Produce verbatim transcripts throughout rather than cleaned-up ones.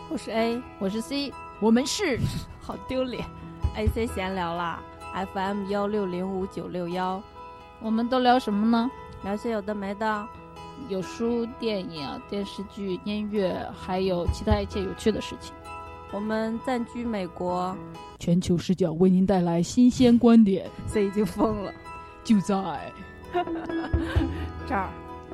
我是 A， 我是 C， 我们是好丢脸 A C 闲聊啦 F M 幺六零五九六幺， 我们都聊什么呢？ 聊些有的没的， 有书、电影、电视剧、音乐，还有其他一切有趣的事情。 我们暂居美国， 全球视角为您带来新鲜观点。 C 已经疯了， 就在这儿。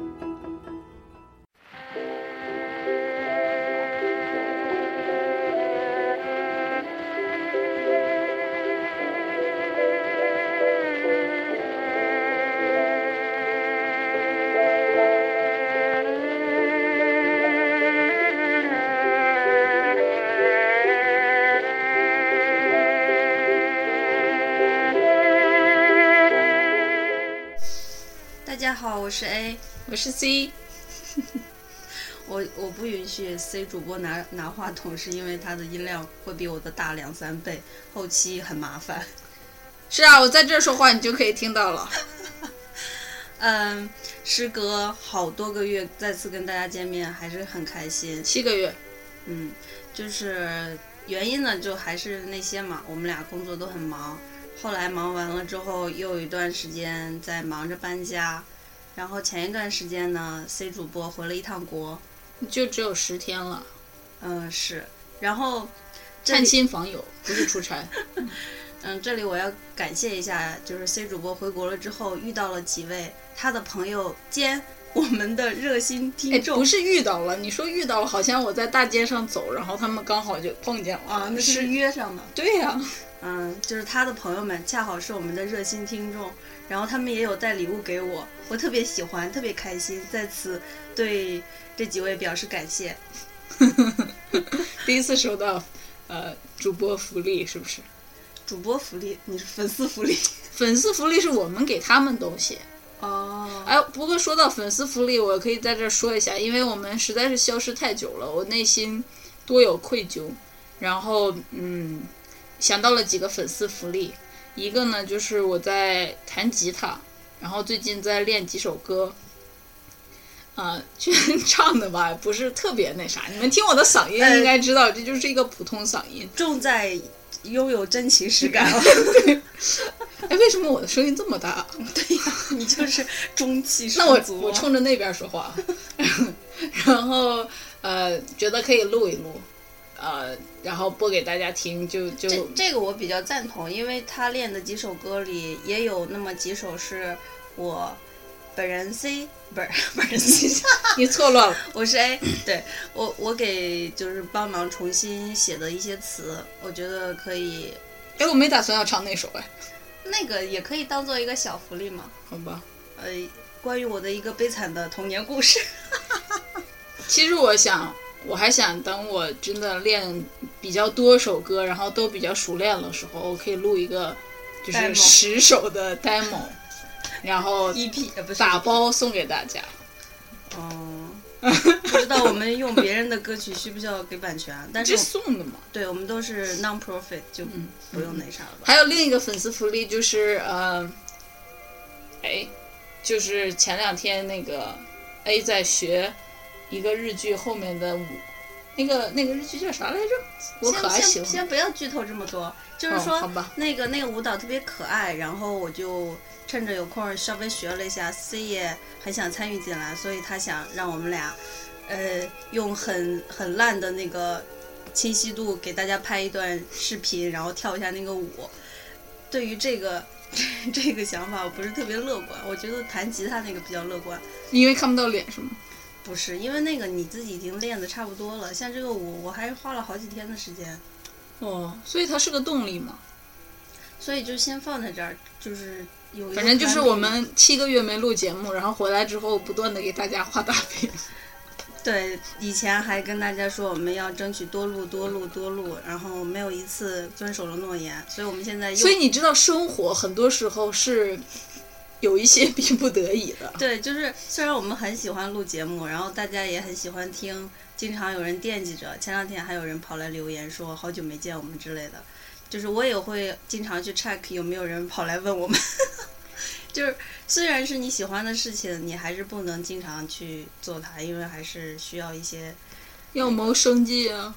大家好，我是 A， 我是 C。 我我不允许 C 主播拿拿话筒，是因为他的音量会比我的大两三倍，后期很麻烦。 是啊，我在这说话你就可以听到了。 嗯，时隔好多个月再次跟大家见面，还是很开心。 七个月。 嗯，就是原因呢，就还是那些嘛，我们俩工作都很忙。后来忙完了之后，又有一段时间在忙着搬家，然后前一段时间呢 ，C 主播回了一趟国， 就只有十天了。 嗯，是，然后探亲访友，不是出差。 嗯，这里我要感谢一下，就是 C 主播回国了之后，遇到了几位他的朋友兼我们的热心听众。 哎，不是遇到了，你说遇到了，好像我在大街上走，然后他们刚好就碰见了啊，那是约上的。 对呀、啊。 嗯，就是他的朋友们恰好是我们的热心听众，然后他们也有带礼物给我，我特别喜欢，特别开心，在此对这几位表示感谢。 第一次收到呃主播福利，是不是？ 主播福利？你是粉丝福利？ 粉丝福利是我们给他们东西。 哦。 哎，不过说到粉丝福利，我可以在这说一下，因为我们实在是消失太久了，我内心多有愧疚，然后嗯。想到了几个粉丝福利，一个呢就是我在弹吉他，然后最近在练几首歌，啊、呃，全唱的吧不是特别那啥，你们听我的嗓音应该知道，呃、这就是一个普通嗓音， 重在拥有真情实感了。 哎，为什么我的声音这么大？ 对呀、啊，你就是中气十足。 那我我冲着那边说话，然后呃，觉得可以录一录。呃，然后播给大家听，就就这这个我比较赞同，因为他练的几首歌里也有那么几首是我本人 C 不是本人 C， 你错乱了， 我是 A， 对我我给就是帮忙重新写的一些词，我觉得可以。 哎，我没打算要唱那首哎， 那个也可以当做一个小福利嘛。 好吧， 呃，关于我的一个悲惨的童年故事。 其实我想。我还想等我真的练比较多首歌，然后都比较熟练的时候，我可以录一个就是十首的 demo， 然后 E P 打包送给大家。 哦，不知道我们用别人的歌曲需不需要给版权？但是这送的嘛， 对，我们都是 non-profit， 就不用那啥了吧、嗯。 还有另一个粉丝福利就是呃，哎，就是前两天那个 A 在学。一个日剧后面的舞，那个那个日剧叫啥来着？我可爱喜欢。 先先不要剧透这么多，就是说、 哦、好吧， 那个那个舞蹈特别可爱，然后我就趁着有空稍微学了一下 ，C 也很想参与进来，所以他想让我们俩，呃，用很很烂的那个清晰度给大家拍一段视频，然后跳一下那个舞。对于这个这个想法，我不是特别乐观，我觉得弹吉他那个比较乐观， 因为看不到脸是吗？ 不是，因为那个你自己已经练得差不多了，像这个舞我还花了好几天的时间。 哦，所以它是个动力嘛。 所以就先放在这儿，就是有一个反正就是我们七个月没录节目，然后回来之后不断的给大家画大饼。 对，以前还跟大家说我们要争取多录多录多录，然后没有一次遵守了诺言，所以我们现在又所以你知道生活很多时候是有一些逼不得已的。 对，就是虽然我们很喜欢录节目，然后大家也很喜欢听，经常有人惦记着，前两天还有人跑来留言说好久没见我们之类的，就是我也会经常去 check 有没有人跑来问我们就是虽然是你喜欢的事情，你还是不能经常去做它，因为还是需要一些要谋生计啊。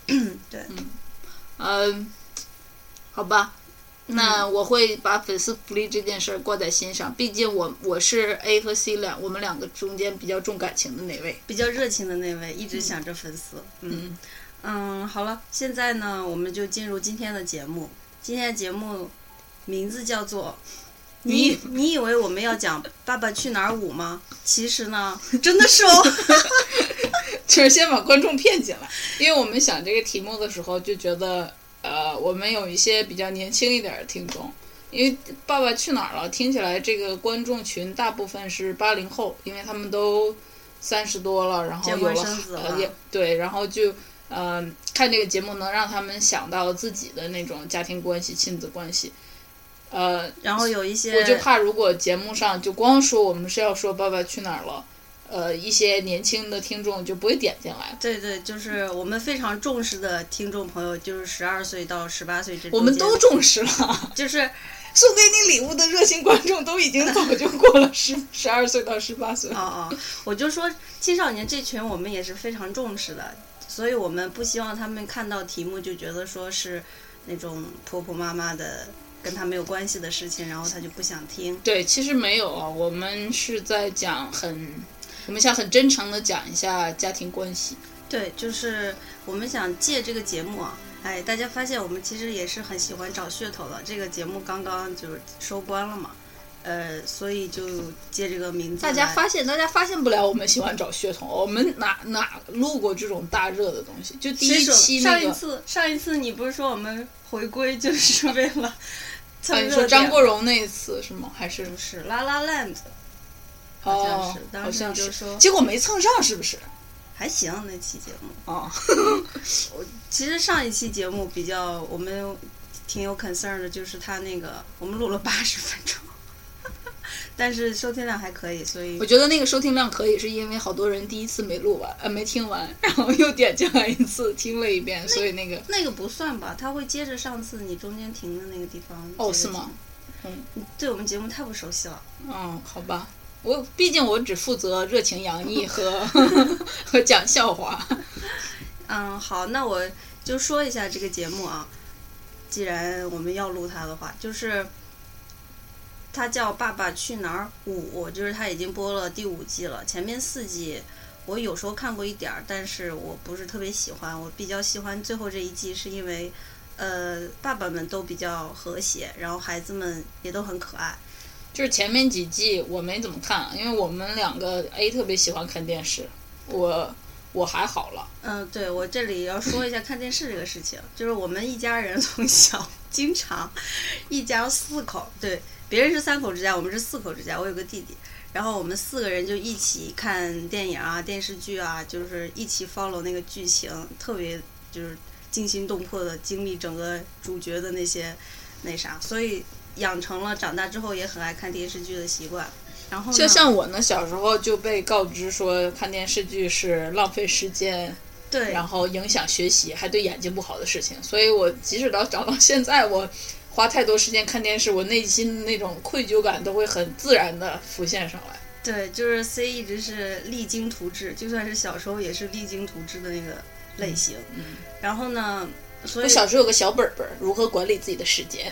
对， 嗯，呃，好吧。那我会把粉丝福利这件事儿挂在心上，毕竟我我是 A 和 C 两，我们两个中间比较重感情的那位， 比较热情的那位，一直想着粉丝。嗯 嗯, 嗯，好了，现在呢，我们就进入今天的节目。今天的节目名字叫做你你以为我们要讲《爸爸去哪儿五》吗？其实呢，真的是哦。 就是先把观众骗进来，因为我们想这个题目的时候就觉得。呃，我们有一些比较年轻一点的听众，因为《爸爸去哪儿了》听起来这个观众群大部分是八零后，因为他们都三十多了，然后有了呃也对，然后就呃看这个节目能让他们想到自己的那种家庭关系、亲子关系，呃， 然后有一些我就怕如果节目上就光说我们是要说《爸爸去哪儿了》。呃，一些年轻的听众就不会点进来。 对对，就是我们非常重视的听众朋友，就是十二岁到十八岁这中间。 我们都重视了， 就是送给你礼物的热心观众都已经早就过了十十二岁到十八岁。 哦哦，我就说青少年这群我们也是非常重视的，所以我们不希望他们看到题目就觉得说是那种婆婆妈妈的。跟他没有关系的事情，然后他就不想听。 对，其实没有啊，我们是在讲很，我们想很真诚的讲一下家庭关系。 对，就是我们想借这个节目啊，哎，大家发现我们其实也是很喜欢找噱头的。这个节目刚刚就是收官了嘛，呃，所以就借这个名字。 大家发现，大家发现不了我们喜欢找噱头，我们哪哪录过这种大热的东西？就第一期那个。 上一次，上一次你不是说我们回归就是为了？ 啊、你说张国荣那一次是吗？还是不是《La La Land》？好像是， 哦、 当时就说， 结果没蹭上，是不是？ 还行，那期节目。 哦， 我其实上一期节目比较我们挺有 concern 的，就是他那个我们录了八十分钟。但是收听量还可以，所以我觉得那个收听量可以，是因为好多人第一次没录完，呃，没听完，然后又点进来一次听了一遍，所以那个那个不算吧，他会接着上次你中间停的那个地方。 哦，是吗？ 嗯，你对我们节目太不熟悉了。 嗯，好吧，我毕竟我只负责热情洋溢和和讲笑话。 嗯，好，那我就说一下这个节目啊，既然我们要录它的话，就是。它叫《爸爸去哪儿五》，就是它已经播了第五季了。前面四季我有时候看过一点儿，但是我不是特别喜欢。我比较喜欢最后这一季，是因为呃爸爸们都比较和谐，然后孩子们也都很可爱。 就是前面几季我没怎么看，因为我们两个 A 特别喜欢看电视，我我还好了。 嗯，对，我这里要说一下看电视这个事情，就是我们一家人从小经常一家四口，对。别人是三口之家，我们是四口之家。我有个弟弟，然后我们四个人就一起看电影啊、电视剧啊，就是一起 follow 那个剧情，特别就是惊心动魄的经历整个主角的那些那啥，所以养成了长大之后也很爱看电视剧的习惯。然后就像我呢，小时候就被告知说看电视剧是浪费时间。 对， 然后影响学习，还对眼睛不好的事情，所以我即使到长到现在，我花太多时间看电视，我内心的那种愧疚感都会很自然的浮现上来。 对，就是 C 一直是励精图治，就算是小时候也是励精图治的那个类型。 嗯， 然后呢，所以我小时候有个小本本，如何管理自己的时间。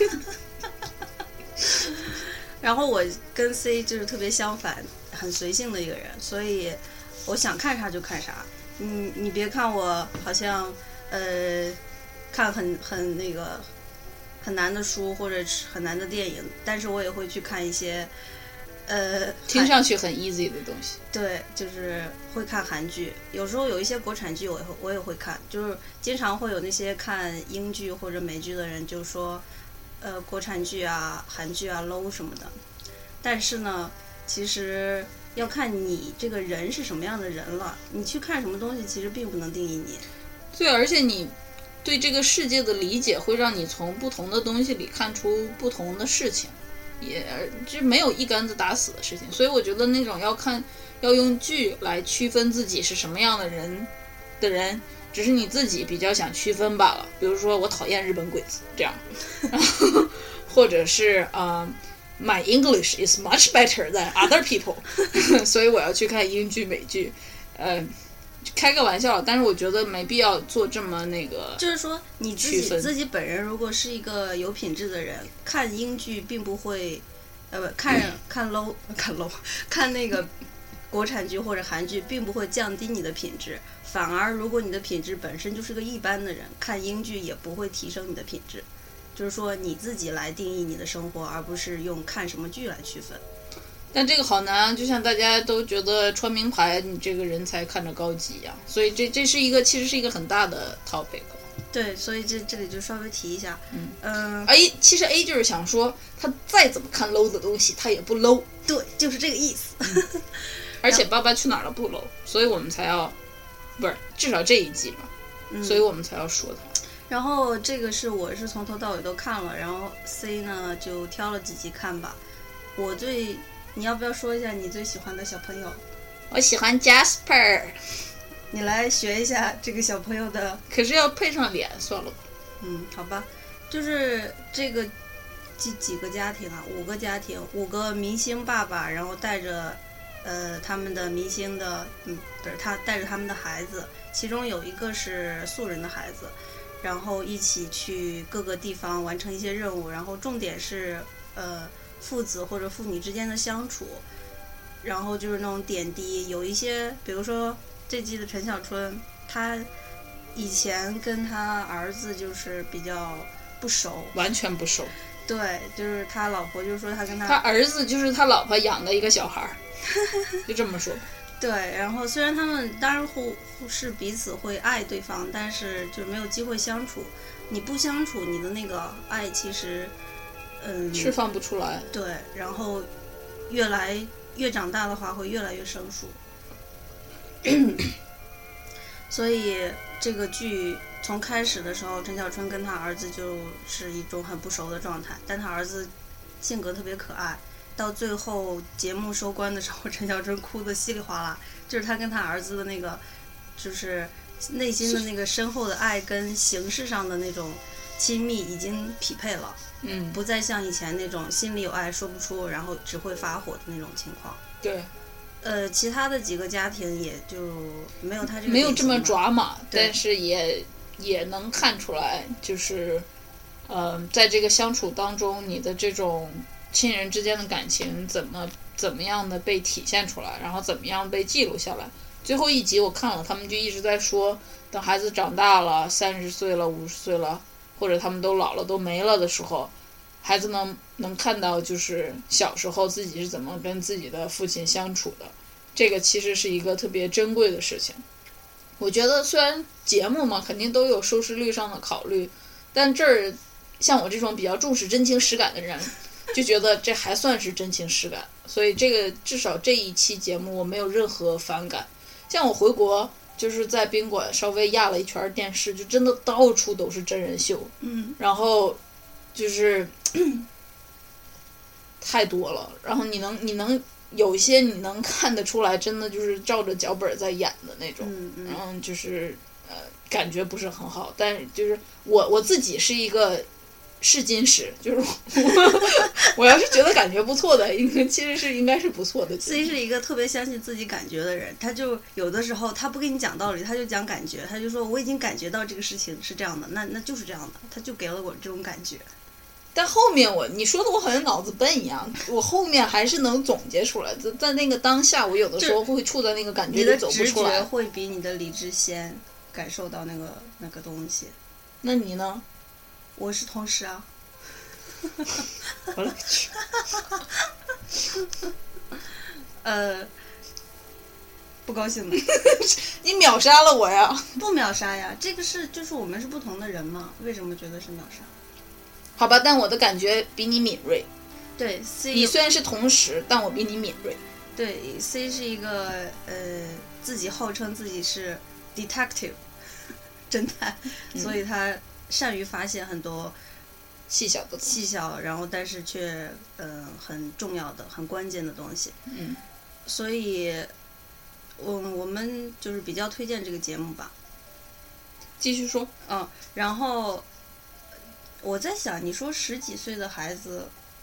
然后我跟 C 就是特别相反，很随性的一个人，所以我想看啥就看啥。你你别看我好像呃看很很那个很难的书或者很难的电影，但是我也会去看一些呃听上去很 easy 的东西。 对，就是会看韩剧，有时候有一些国产剧我也会我也会看，就是经常会有那些看英剧或者美剧的人就说呃国产剧啊韩剧啊 low 什么的，但是呢其实要看你这个人是什么样的人了，你去看什么东西其实并不能定义你。 对，而且你对这个世界的理解会让你从不同的东西里看出不同的事情，也就没有一竿子打死的事情。所以我觉得那种要看要用剧来区分自己是什么样的人的人，只是你自己比较想区分罢了。比如说我讨厌日本鬼子这样，或者是啊、呃、My English is much better than other people 所以我要去看英剧美剧。呃开个玩笑，但是我觉得没必要做这么那个。 就是说你自己自己本人如果是一个有品质的人，看英剧并不会，呃不看、嗯、看 low 看 low 看那个国产剧或者韩剧，并不会降低你的品质，反而如果你的品质本身就是个一般的人，看英剧也不会提升你的品质。就是说你自己来定义你的生活，而不是用看什么剧来区分。 但这个好难，就像大家都觉得穿名牌你这个人才看着高级一样，所以这这是一个其实是一个很大的 topic。 对，所以这这里就稍微提一下。 嗯嗯、 呃、A 其实 A 就是想说他再怎么看 low 的东西他也不 low。 对，就是这个意思。 嗯、而且爸爸去哪儿了不 low， 所以我们才要不是至少这一季嘛、嗯、所以我们才要说他。 然后这个是我是从头到尾都看了，然后 C 呢就挑了几集看吧。我最你要不要说一下你最喜欢的小朋友？ 我喜欢 Jasper。 你来学一下这个小朋友的， 可是要配上脸，算了吧。 嗯，好吧，就是这个几几个家庭啊，五个家庭，五个明星爸爸，然后带着呃他们的明星的，嗯，不是他带着他们的孩子，其中有一个是素人的孩子，然后一起去各个地方完成一些任务，然后重点是呃父子或者父女之间的相处，然后就是那种点滴，有一些比如说这季的陈小春，他以前跟他儿子就是比较不熟， 完全不熟。 对，就是他老婆就说他跟他他儿子就是他老婆养的一个小孩就这么说。 对，然后虽然他们当然互是彼此会爱对方，但是就是没有机会相处。你不相处，你的那个爱其实嗯释放不出来。 对，然后越来越长大的话会越来越生疏。所以这个剧从开始的时候，陈小春跟他儿子就是一种很不熟的状态，但他儿子性格特别可爱，到最后节目收官的时候，陈小春哭得稀里哗啦，就是他跟他儿子的那个就是内心的那个深厚的爱跟形式上的那种亲密已经匹配了， 嗯， 不再像以前那种心里有爱说不出，然后只会发火的那种情况。 对， 呃，其他的几个家庭也就没有他这个没有这么抓马， 对， 但是也也能看出来，就是呃，在这个相处当中，你的这种亲人之间的感情怎么怎么样的被体现出来，然后怎么样被记录下来。最后一集我看了，他们就一直在说，等孩子长大了，三十岁了，五十岁了，或者他们都老了都没了的时候，孩子能能看到就是小时候自己是怎么跟自己的父亲相处的，这个其实是一个特别珍贵的事情。我觉得虽然节目嘛肯定都有收视率上的考虑，但这儿像我这种比较重视真情实感的人就觉得这还算是真情实感，所以这个至少这一期节目我没有任何反感。像我回国就是在宾馆稍微压了一圈电视，就真的到处都是真人秀， 嗯， 然后就是太多了，然后你能你能有一些你能看得出来真的就是照着脚本在演的那种， 嗯嗯， 然后就是呃感觉不是很好，但是就是我我自己是一个试金石，就是我, 我要是觉得感觉不错的，应该其实是应该是不错的。 C 是一个特别相信自己感觉的人，他就有的时候他不跟你讲道理，他就讲感觉，他就说我已经感觉到这个事情是这样的，那那就是这样的，他就给了我这种感觉。 但后面我你说的我好像脑子笨一样，我后面还是能总结出来，在在那个当下，我有的时候会处在那个感觉里走不出来。 你的直觉会比你的理智先感受到那个那个东西。 那你呢？ 我是同时啊。 我勒个去！ 呃，不高兴了。 你秒杀了我呀！ 不秒杀呀，这个是就是我们是不同的人嘛，为什么觉得是秒杀？ 好吧，但我的感觉比你敏锐。 对 ，C 你虽然是同时，但我比你敏锐。 对 ，C 是一个呃自己号称自己是 detective 侦探， 嗯、 所以他善于发现很多细小的细小，然后但是却呃很重要的、很关键的东西。 嗯， 所以，我我们就是比较推荐这个节目吧。 继续说。 嗯，然后我在想，你说十几岁的孩子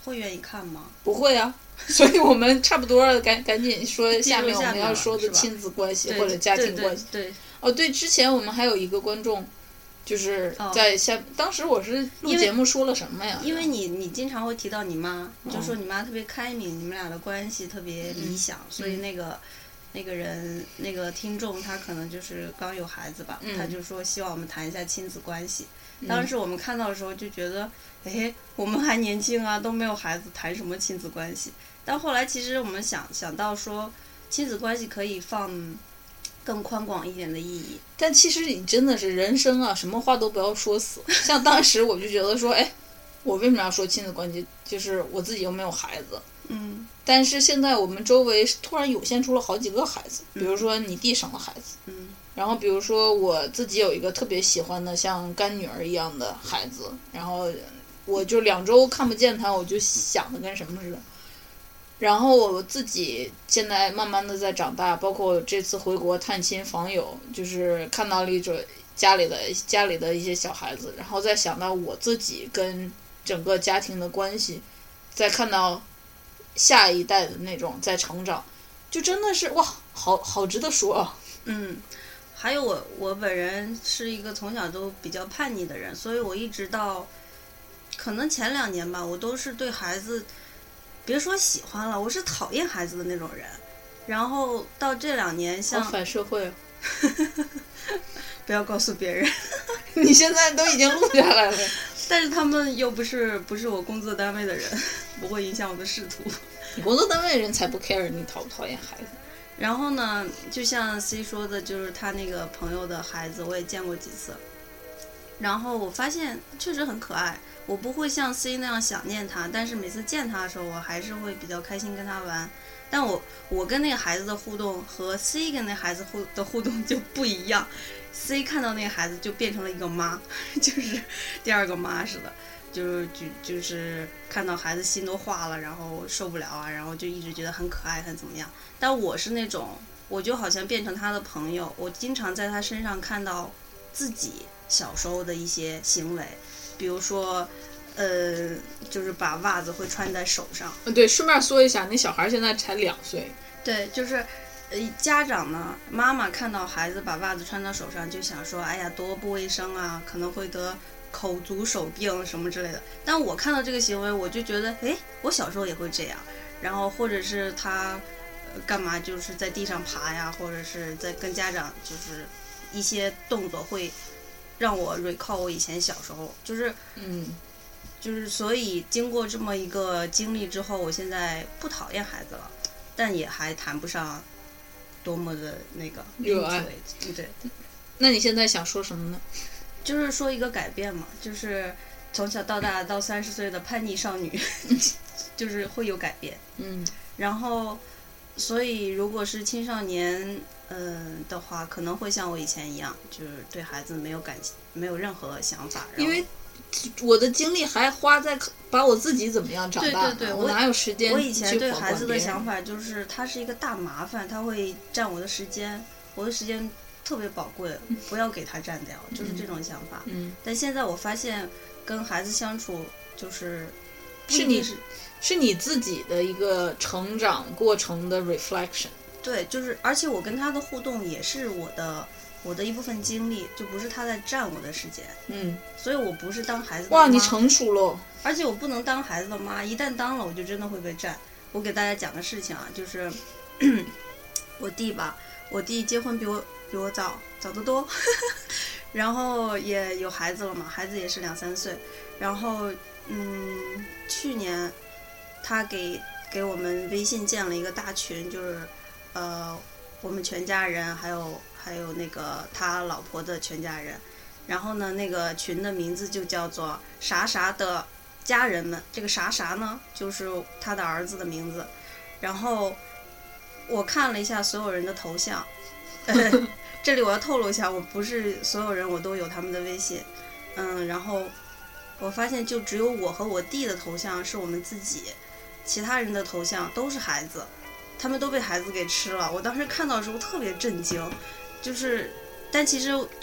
会愿意看吗？ 不会啊，所以我们差不多了，赶赶紧说下面我们要说的进入下面了亲子关系或者家庭关系。 对对对对哦，对，之前我们还有一个观众，就是在下， 哦、 当时我是录节目说了什么呀？ 因为你你经常会提到你妈，你就说你妈特别开明，你们俩的关系特别理想， 嗯、 所以那个。那个人那个听众他可能就是刚有孩子吧、嗯、他就说希望我们谈一下亲子关系、嗯、当时我们看到的时候就觉得哎我们还年轻啊都没有孩子谈什么亲子关系，但后来其实我们想想到说亲子关系可以放更宽广一点的意义， 但其实你真的是人生啊什么话都不要说死，像当时我就觉得说哎我为什么要说亲子关系，就是我自己又没有孩子， 嗯， 但是现在我们周围突然涌现出了好几个孩子，比如说你弟生了孩子， 嗯， 然后比如说我自己有一个特别喜欢的像干女儿一样的孩子，然后我就两周看不见他，我就想的跟什么似的。然后我自己现在慢慢的在长大，包括这次回国探亲访友，就是看到了一种家里的家里的一些小孩子，然后再想到我自己跟整个家庭的关系，再看到下一代的那种在成长，就真的是哇，好好值得说啊。 嗯，还有我我本人是一个从小都比较叛逆的人，所以我一直到可能前两年吧，我都是对孩子别说喜欢了，我是讨厌孩子的那种人。然后到这两年像好反社会啊不要告诉别人你现在都已经录下来了但是他们又不是不是我工作单位的人，不会影响我的仕途。 你工作单位的人才不 care 你讨不讨厌孩子。 然后呢，就像 C 说的，就是他那个朋友的孩子，我也见过几次。然后我发现确实很可爱，我不会像 C 那样想念他，但是每次见他的时候，我还是会比较开心跟他玩。但我我跟那个孩子的互动和 C 跟那孩子互的互动就不一样。C 看到那个孩子就变成了一个妈，就是第二个妈似的，就是就就是看到孩子心都化了，然后受不了啊，然后就一直觉得很可爱很怎么样。但我是那种，我就好像变成他的朋友，我经常在他身上看到自己小时候的一些行为，比如说呃，就是把袜子会穿在手上。 对，顺便说一下，那小孩现在才两岁。 对，就是呃，家长呢，妈妈看到孩子把袜子穿到手上，就想说，哎呀，多不卫生啊，可能会得口足手病什么之类的。但我看到这个行为，我就觉得，哎，我小时候也会这样。然后或者是他、呃、干嘛，就是在地上爬呀，或者是在跟家长，就是一些动作会让我 recall 我以前小时候，就是嗯。 就是所以经过这么一个经历之后，我现在不讨厌孩子了，但也还谈不上多么的那个热爱。 对， 那你现在想说什么呢？ 就是说一个改变嘛，就是从小到大到三十岁的叛逆少女，就是会有改变。 嗯， 然后所以如果是青少年嗯、呃、的话，可能会像我以前一样，就是对孩子没有感情，没有任何想法。 因为我的精力还花在把我自己怎么样长大， 对对对， 我哪有时间？ 我以前对孩子的想法就是他是一个大麻烦，他会占我的时间，我的时间特别宝贵，不要给他占掉，嗯、就是这种想法。 嗯。 但现在我发现跟孩子相处就是是你是你自己的一个成长过程的 reflection。 对，就是而且我跟他的互动也是我的。我的一部分精力就不是他在占我的时间， 嗯， 所以我不是当孩子的妈。 哇，你成熟了， 而且我不能当孩子的妈，一旦当了，我就真的会被占。我给大家讲个事情啊，就是我弟吧，我弟结婚比我比我早早得多，然后也有孩子了嘛，孩子也是两三岁，然后嗯，去年他给给我们微信建了一个大群，就是呃，我们全家人还有。还有那个他老婆的全家人，然后呢，那个群的名字就叫做啥啥的家人们。这个啥啥呢，就是他的儿子的名字。然后我看了一下所有人的头像，呃、这里我要透露一下，我不是所有人我都有他们的微信，嗯，然后我发现就只有我和我弟的头像是我们自己，其他人的头像都是孩子，他们都被孩子给吃了。我当时看到的时候特别震惊。就是，但其实就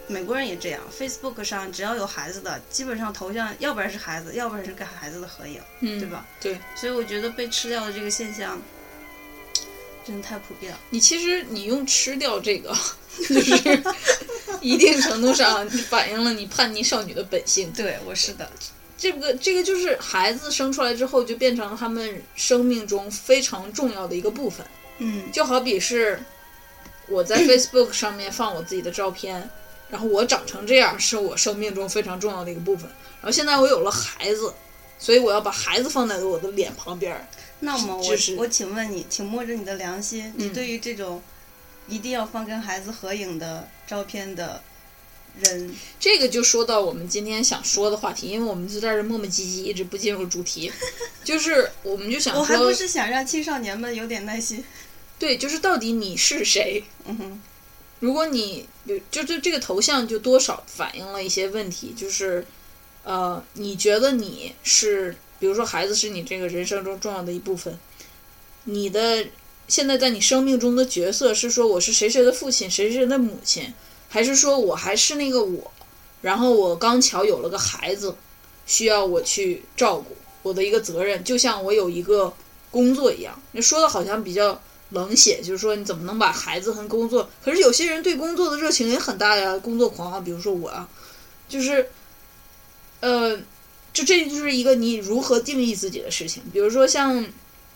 美国人也这样 ，Facebook 上只要有孩子的，基本上头像要不然是孩子，要不然是跟孩子的合影， 嗯， 对吧？ 对。 所以我觉得被吃掉的这个现象真的太普遍了。 你其实你用吃掉这个，就是一定程度上反映了你叛逆少女的本性。 对，我是的。 这个这个就是孩子生出来之后就变成了他们生命中非常重要的一个部分。 嗯， 就好比是我在 Facebook 上面放我自己的照片，然后我长成这样是我生命中非常重要的一个部分。然后现在我有了孩子，所以我要把孩子放在我的脸旁边。 那么我就是我请问你，请摸着你的良心， 嗯你对于这种一定要放跟孩子合影的照片的人， 这个就说到我们今天想说的话题，因为我们就在这磨磨唧唧，一直不进入主题，就是我们就想说， 我还不是想让青少年们有点耐心。 对，就是到底你是谁？ 嗯哼， 如果你就就这个头像就多少反映了一些问题，就是呃，你觉得你是，比如说孩子是你这个人生中重要的一部分，你的现在在你生命中的角色是说我是谁谁的父亲，谁谁的母亲，还是说我还是那个我，然后我刚巧有了个孩子，需要我去照顾，我的一个责任，就像我有一个工作一样。你说的好像比较冷血，就是说你怎么能把孩子和工作，可是有些人对工作的热情也很大呀，工作狂啊，比如说我啊，就是呃就这就是一个你如何定义自己的事情。比如说像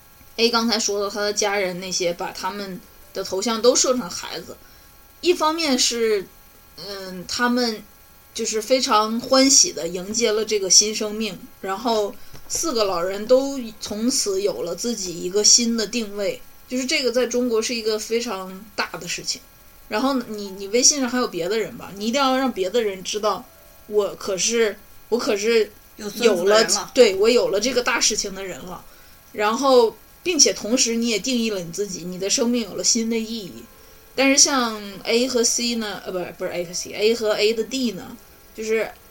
A 刚才说的他的家人那些把他们的头像都设成孩子，一方面是嗯他们就是非常欢喜的迎接了这个新生命，然后四个老人都从此有了自己一个新的定位，就是这个在中国是一个非常大的事情。然后你你微信上还有别的人吧，你一定要让别的人知道我可是我可是有了， 了对，我有了这个大事情的人了。然后并且同时你也定义了你自己，你的生命有了新的意义。但是像 A 和 C 呢，呃，不是不是 A 和 C，A 和 A 的 D 呢，就是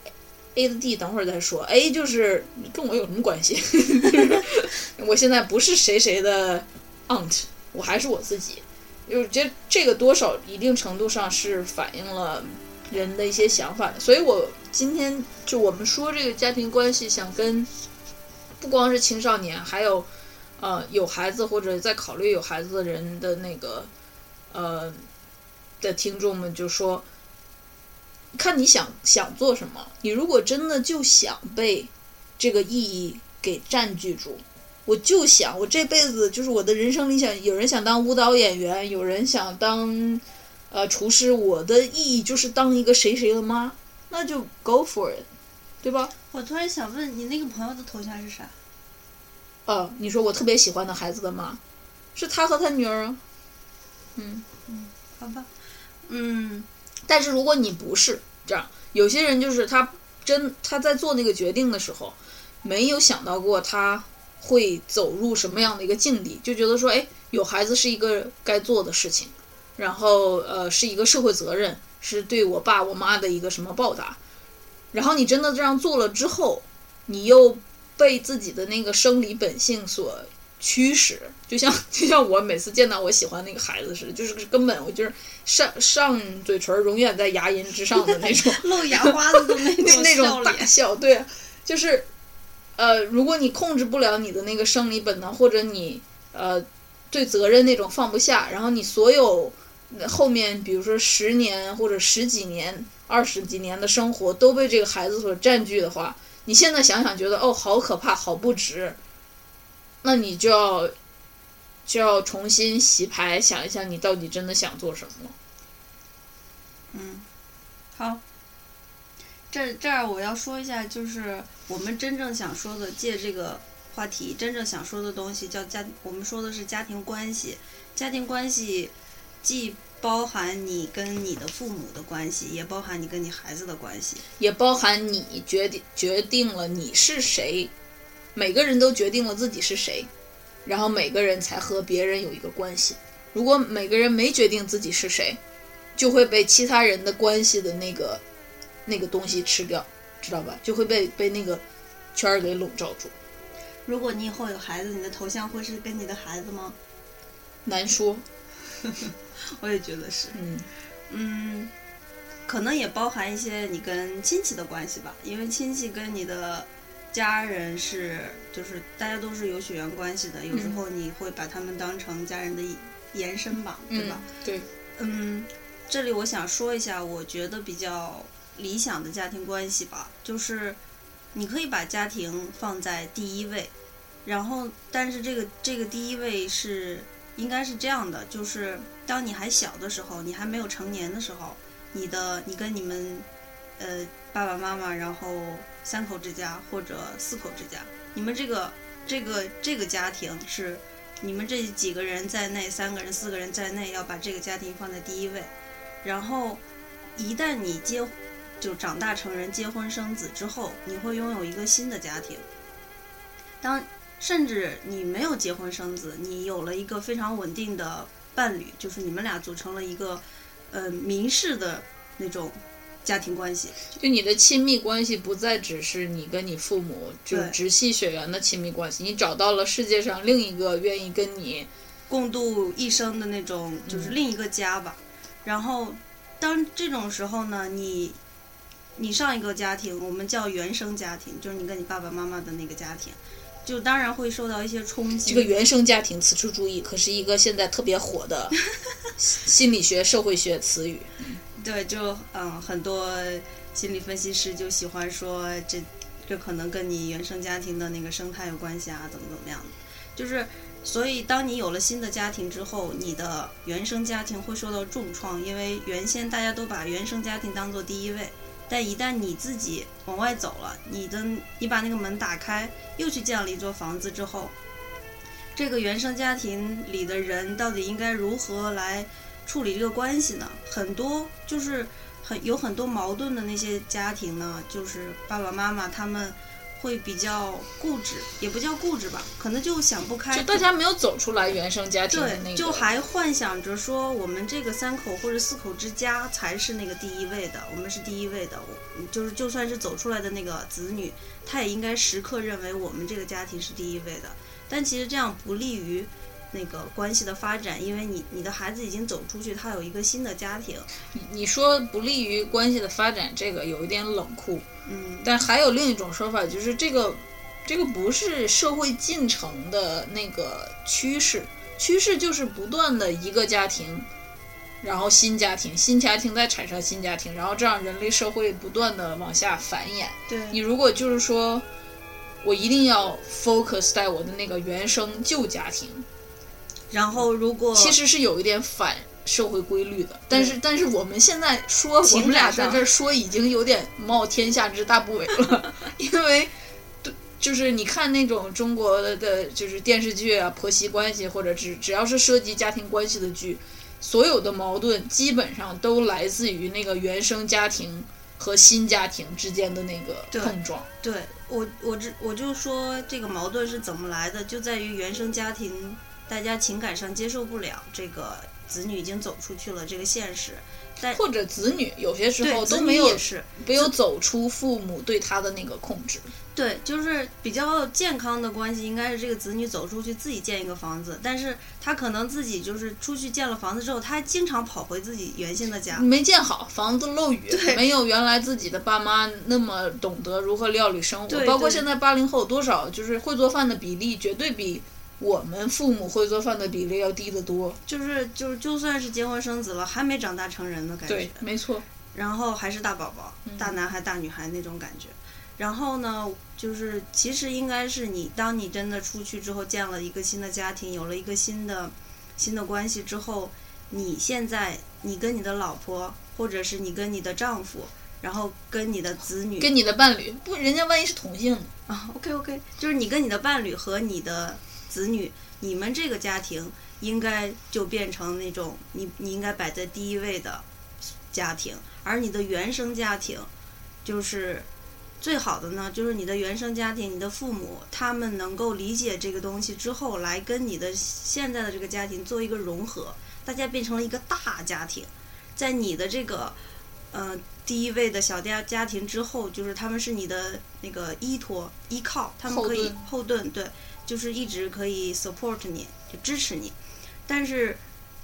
A 的 D 等会儿再说。A 就是跟我有什么关系？我现在不是谁谁的 aunt， 我还是我自己。就是觉得这个多少一定程度上是反映了人的一些想法的。所以我今天就我们说这个家庭关系，想跟不光是青少年，还有呃有孩子或者在考虑有孩子的人的那个呃的听众们就说，看你想想做什么。你如果真的就想被这个意义给占据住，我就想我这辈子就是我的人生理想，有人想当舞蹈演员，有人想当呃厨师，我的意义就是当一个谁谁的妈，那就 go for it， 对吧？ 我突然想问你，那个朋友的头像是啥？ 呃，你说我特别喜欢的孩子的妈，是他和他女儿啊。嗯嗯，好吧，嗯， 但是如果你不是这样，有些人就是他真他在做那个决定的时候，没有想到过他会走入什么样的一个境地，就觉得说，哎，有孩子是一个该做的事情，然后呃是一个社会责任，是对我爸我妈的一个什么报答。然后你真的这样做了之后，你又被自己的那个生理本性所驱使，就像就像我每次见到我喜欢那个孩子似的，就是根本我就是上上嘴唇永远在牙龈之上的那种露牙花子的那种那种大笑，对，就是呃，如果你控制不了你的那个生理本能，或者你呃对责任那种放不下，然后你所有后面比如说十年或者十几年、二十几年的生活都被这个孩子所占据的话，你现在想想觉得哦好可怕，好不值，那你就要就要重新洗牌，想一想你到底真的想做什么。 嗯，好。这这儿我要说一下，就是我们真正想说的，借这个话题，真正想说的东西叫家，我们说的是家庭关系。家庭关系既包含你跟你的父母的关系，也包含你跟你孩子的关系， 也包含你决定决定了你是谁，每个人都决定了自己是谁，然后每个人才和别人有一个关系。如果每个人没决定自己是谁，就会被其他人的关系的那个那个东西吃掉，知道吧？就会被被那个圈儿给笼罩住。 如果你以后有孩子，你的头像会是跟你的孩子吗？ 难说。 我也觉得是。 嗯嗯， 可能也包含一些你跟亲戚的关系吧，因为亲戚跟你的家人是就是大家都是有血缘关系的，有时候你会把他们当成家人的延伸吧， 嗯、 对吧？ 对， 嗯，这里我想说一下，我觉得比较理想的家庭关系吧，就是你可以把家庭放在第一位，然后但是这个这个第一位是应该是这样的，就是当你还小的时候，你还没有成年的时候，你的你跟你们呃爸爸妈妈，然后三口之家或者四口之家，你们这个这个这个家庭是你们这几个人在内，三个人四个人在内，要把这个家庭放在第一位。然后一旦你结就长大成人结婚生子之后，你会拥有一个新的家庭。当甚至你没有结婚生子，你有了一个非常稳定的伴侣，就是你们俩组成了一个呃民事的那种家庭关系。 就你的亲密关系不再只是你跟你父母就是直系血缘的亲密关系，你找到了世界上另一个愿意跟你共度一生的那种，就是另一个家吧。嗯、然后当这种时候呢，你你上一个家庭我们叫原生家庭，就是你跟你爸爸妈妈的那个家庭，就当然会受到一些冲击。 这个原生家庭此处注意，可是一个现在特别火的心理学社会学词语。 对，就嗯，很多心理分析师就喜欢说这这可能跟你原生家庭的那个生态有关系啊，怎么怎么样的。就是所以当你有了新的家庭之后，你的原生家庭会受到重创，因为原先大家都把原生家庭当作第一位，但一旦你自己往外走了，你的你把那个门打开，又去建了一座房子之后，这个原生家庭里的人到底应该如何来处理这个关系呢？很多就是很有很多矛盾的那些家庭呢，就是爸爸妈妈他们会比较固执，也不叫固执吧，可能就想不开， 就大家没有走出来原生家庭的那个， 对，就还幻想着说我们这个三口或者四口之家才是那个第一位的，我们是第一位的，就是就算是走出来的那个子女，他也应该时刻认为我们这个家庭是第一位的。但其实这样不利于那个关系的发展，因为你你的孩子已经走出去，他有一个新的家庭。 你你说不利于关系的发展，这个有一点冷酷， 嗯， 但还有另一种说法，就是这个这个不是社会进程的那个趋势，趋势就是不断的一个家庭，然后新家庭，新家庭再产生新家庭，然后这样人类社会不断的往下繁衍。 对， 你如果就是说我一定要 focus 在我的那个原生旧家庭， 然后如果其实是有一点反社会规律的，但是但是我们现在说我们俩在这说已经有点冒天下之大不韪了，因为就是你看那种中国的就是电视剧啊，婆媳关系或者只只要是涉及家庭关系的剧，所有的矛盾基本上都来自于那个原生家庭和新家庭之间的那个碰撞。 对，对我我这我就说这个矛盾是怎么来的，就在于原生家庭大家情感上接受不了这个子女已经走出去了这个现实，但或者子女有些时候都没有是没有走出父母对他的那个控制。 对，就是比较健康的关系应该是这个子女走出去自己建一个房子，但是他可能自己就是出去建了房子之后，他还经常跑回自己原先的家， 没建好，房子漏雨，没有原来自己的爸妈那么懂得如何料理生活。包括现在八零后多少就是会做饭的比例绝对比我们父母会做饭的比例要低得多， 就是就是就算是结婚生子了，还没长大成人的感觉。 对，没错。 然后还是大宝宝，嗯、大男孩大女孩那种感觉。然后呢，就是其实应该是你，当你真的出去之后，建了一个新的家庭，有了一个新的新的关系之后，你现在你跟你的老婆，或者是你跟你的丈夫，然后跟你的子女， 跟你的伴侣，不，人家万一是同性啊 ，OK OK， 就是你跟你的伴侣和你的子女，你们这个家庭应该就变成那种你你应该摆在第一位的家庭，而你的原生家庭就是最好的呢，就是你的原生家庭，你的父母他们能够理解这个东西之后，来跟你的现在的这个家庭做一个融合，大家变成了一个大家庭。在你的这个呃第一位的小家家庭之后，就是他们是你的那个依托依靠，他们可以后盾，对，就是一直可以 support 你，就支持你。但是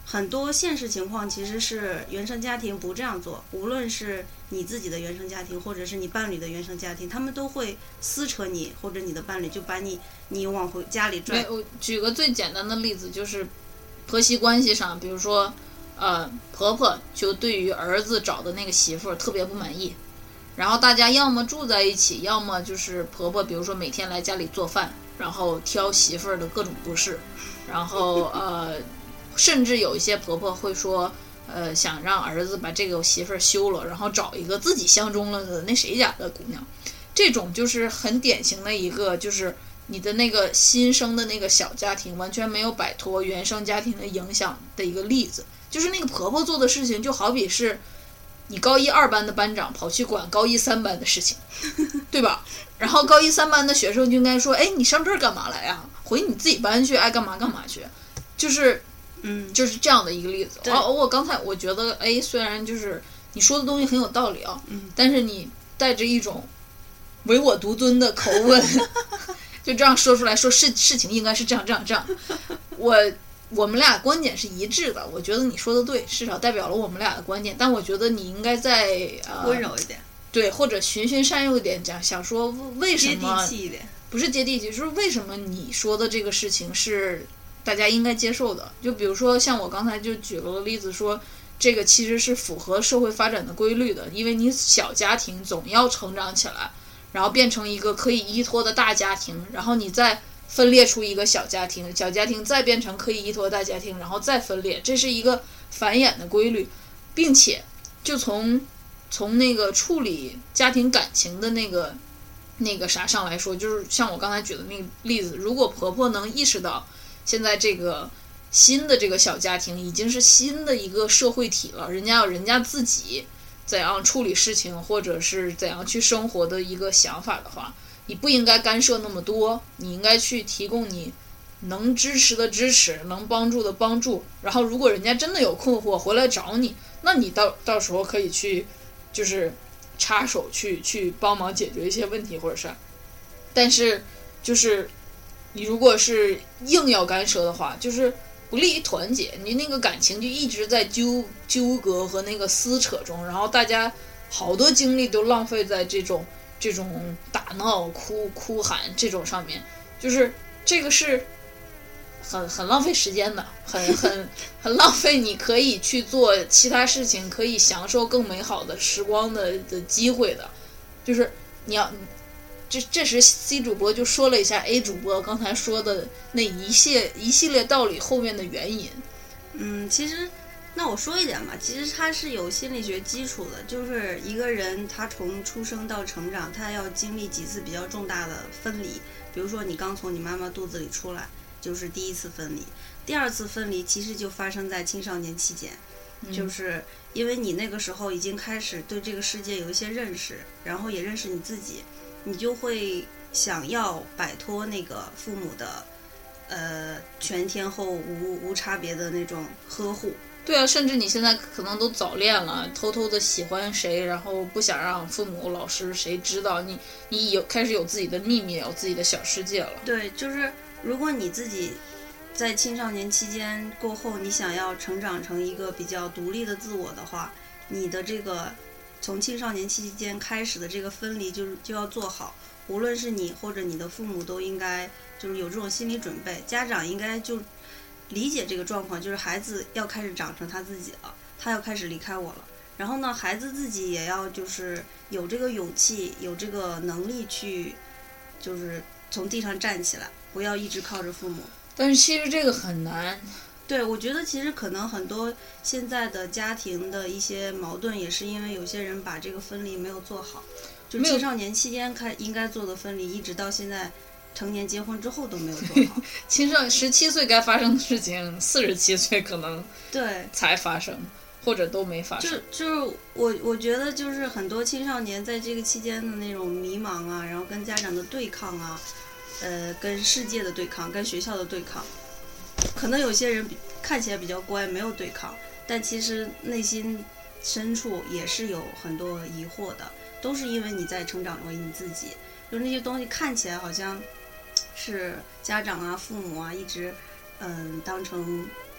很多现实情况其实是原生家庭不这样做，无论是你自己的原生家庭，或者是你伴侣的原生家庭，他们都会撕扯你，或者你的伴侣就把你你往回家里拽。 我举个最简单的例子，就是婆媳关系上，比如说，呃，婆婆就对于儿子找的那个媳妇儿特别不满意，然后大家要么住在一起，要么就是婆婆，比如说每天来家里做饭，然后挑媳妇儿的各种不是，然后呃。甚至有一些婆婆会说，呃，想让儿子把这个媳妇儿休了，然后找一个自己相中了的那谁家的姑娘。这种就是很典型的一个，就是你的那个新生的那个小家庭完全没有摆脱原生家庭的影响的一个例子。就是那个婆婆做的事情，就好比是你高一二班的班长跑去管高一三班的事情，对吧？然后高一三班的学生就应该说，哎，你上这儿干嘛来呀？回你自己班去，爱干嘛干嘛去。就是。 嗯， 就是这样的一个例子。哦，我刚才我觉得，哎，虽然就是你说的东西很有道理啊， 嗯， 但是你带着一种唯我独尊的口吻，就这样说出来，说事事情应该是这样这样这样。我我们俩观点是一致的，我觉得你说的对，至少代表了我们俩的观点。但我觉得你应该再呃温柔一点， 对，或者循循善诱一点讲，想说为什么接地气一点， 不是接地气，就是为什么你说的这个事情是。大家应该接受的，就比如说像我刚才就举了个例子说，这个其实是符合社会发展的规律的，因为你小家庭总要成长起来，然后变成一个可以依托的大家庭，然后你再分裂出一个小家庭，小家庭再变成可以依托的大家庭，然后再分裂，这是一个繁衍的规律，并且就从从那个处理家庭感情的那个那个啥上来说，就是像我刚才举的那个例子，如果婆婆能意识到现在这个新的这个小家庭已经是新的一个社会体了，人家有人家自己怎样处理事情，或者是怎样去生活的一个想法的话，你不应该干涉那么多，你应该去提供你能支持的支持，能帮助的帮助。然后如果人家真的有困惑回来找你，那你到到时候可以去就是插手去去帮忙解决一些问题或者是，但是就是你如果是硬要干涉的话，就是不利于团结，你那个感情就一直在纠纠葛和那个撕扯中，然后大家好多精力都浪费在这种这种打闹、哭哭喊这种上面，就是这个是很很浪费时间的，很很很浪费你可以去做其他事情，可以享受更美好的时光的的机会的，就是你要。这这时 C 主播就说了一下 A 主播刚才说的那一系一系列道理后面的原因。 嗯，其实那我说一点吧，其实它是有心理学基础的，就是一个人他从出生到成长，他要经历几次比较重大的分离。比如说你刚从你妈妈肚子里出来，就是第一次分离，第二次分离其实就发生在青少年期间。 嗯、 就是因为你那个时候已经开始对这个世界有一些认识，然后也认识你自己，你就会想要摆脱那个父母的呃全天候无无差别的那种呵护。 对啊，甚至你现在可能都早恋了，偷偷的喜欢谁，然后不想让父母老师谁知道，你你有开始有自己的秘密，有自己的小世界了。 对，就是如果你自己在青少年期间过后，你想要成长成一个比较独立的自我的话，你的这个从青少年期间开始的这个分离就就要做好，无论是你或者你的父母都应该就是有这种心理准备，家长应该就理解这个状况，就是孩子要开始长成他自己了，他要开始离开我了，然后呢孩子自己也要就是有这个勇气，有这个能力去就是从地上站起来，不要一直靠着父母。 但是其实这个很难。 对，我觉得其实可能很多现在的家庭的一些矛盾，也是因为有些人把这个分离没有做好，就青少年期间开应该做的分离，一直到现在成年结婚之后都没有做好。 青少十七岁该发生的事情，四十七岁可能对才发生，或者都没发生。 就就是我我觉得就是很多青少年在这个期间的那种迷茫啊，然后跟家长的对抗啊，呃，跟世界的对抗，跟学校的对抗。可能有些人看起来比较乖，没有对抗，但其实内心深处也是有很多疑惑的，都是因为你在成长为你自己，就那些东西看起来好像是家长啊、父母啊一直嗯当成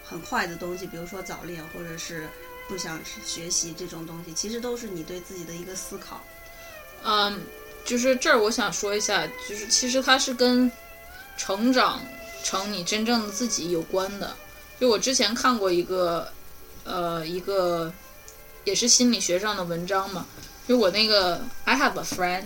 很坏的东西，比如说早恋或者是不想学习这种东西，其实都是你对自己的一个思考。 嗯，就是这儿我想说一下，就是其实它是跟成长成你真正的自己有关的。就我之前看过一个呃一个也是心理学上的文章嘛，就我那个 I have a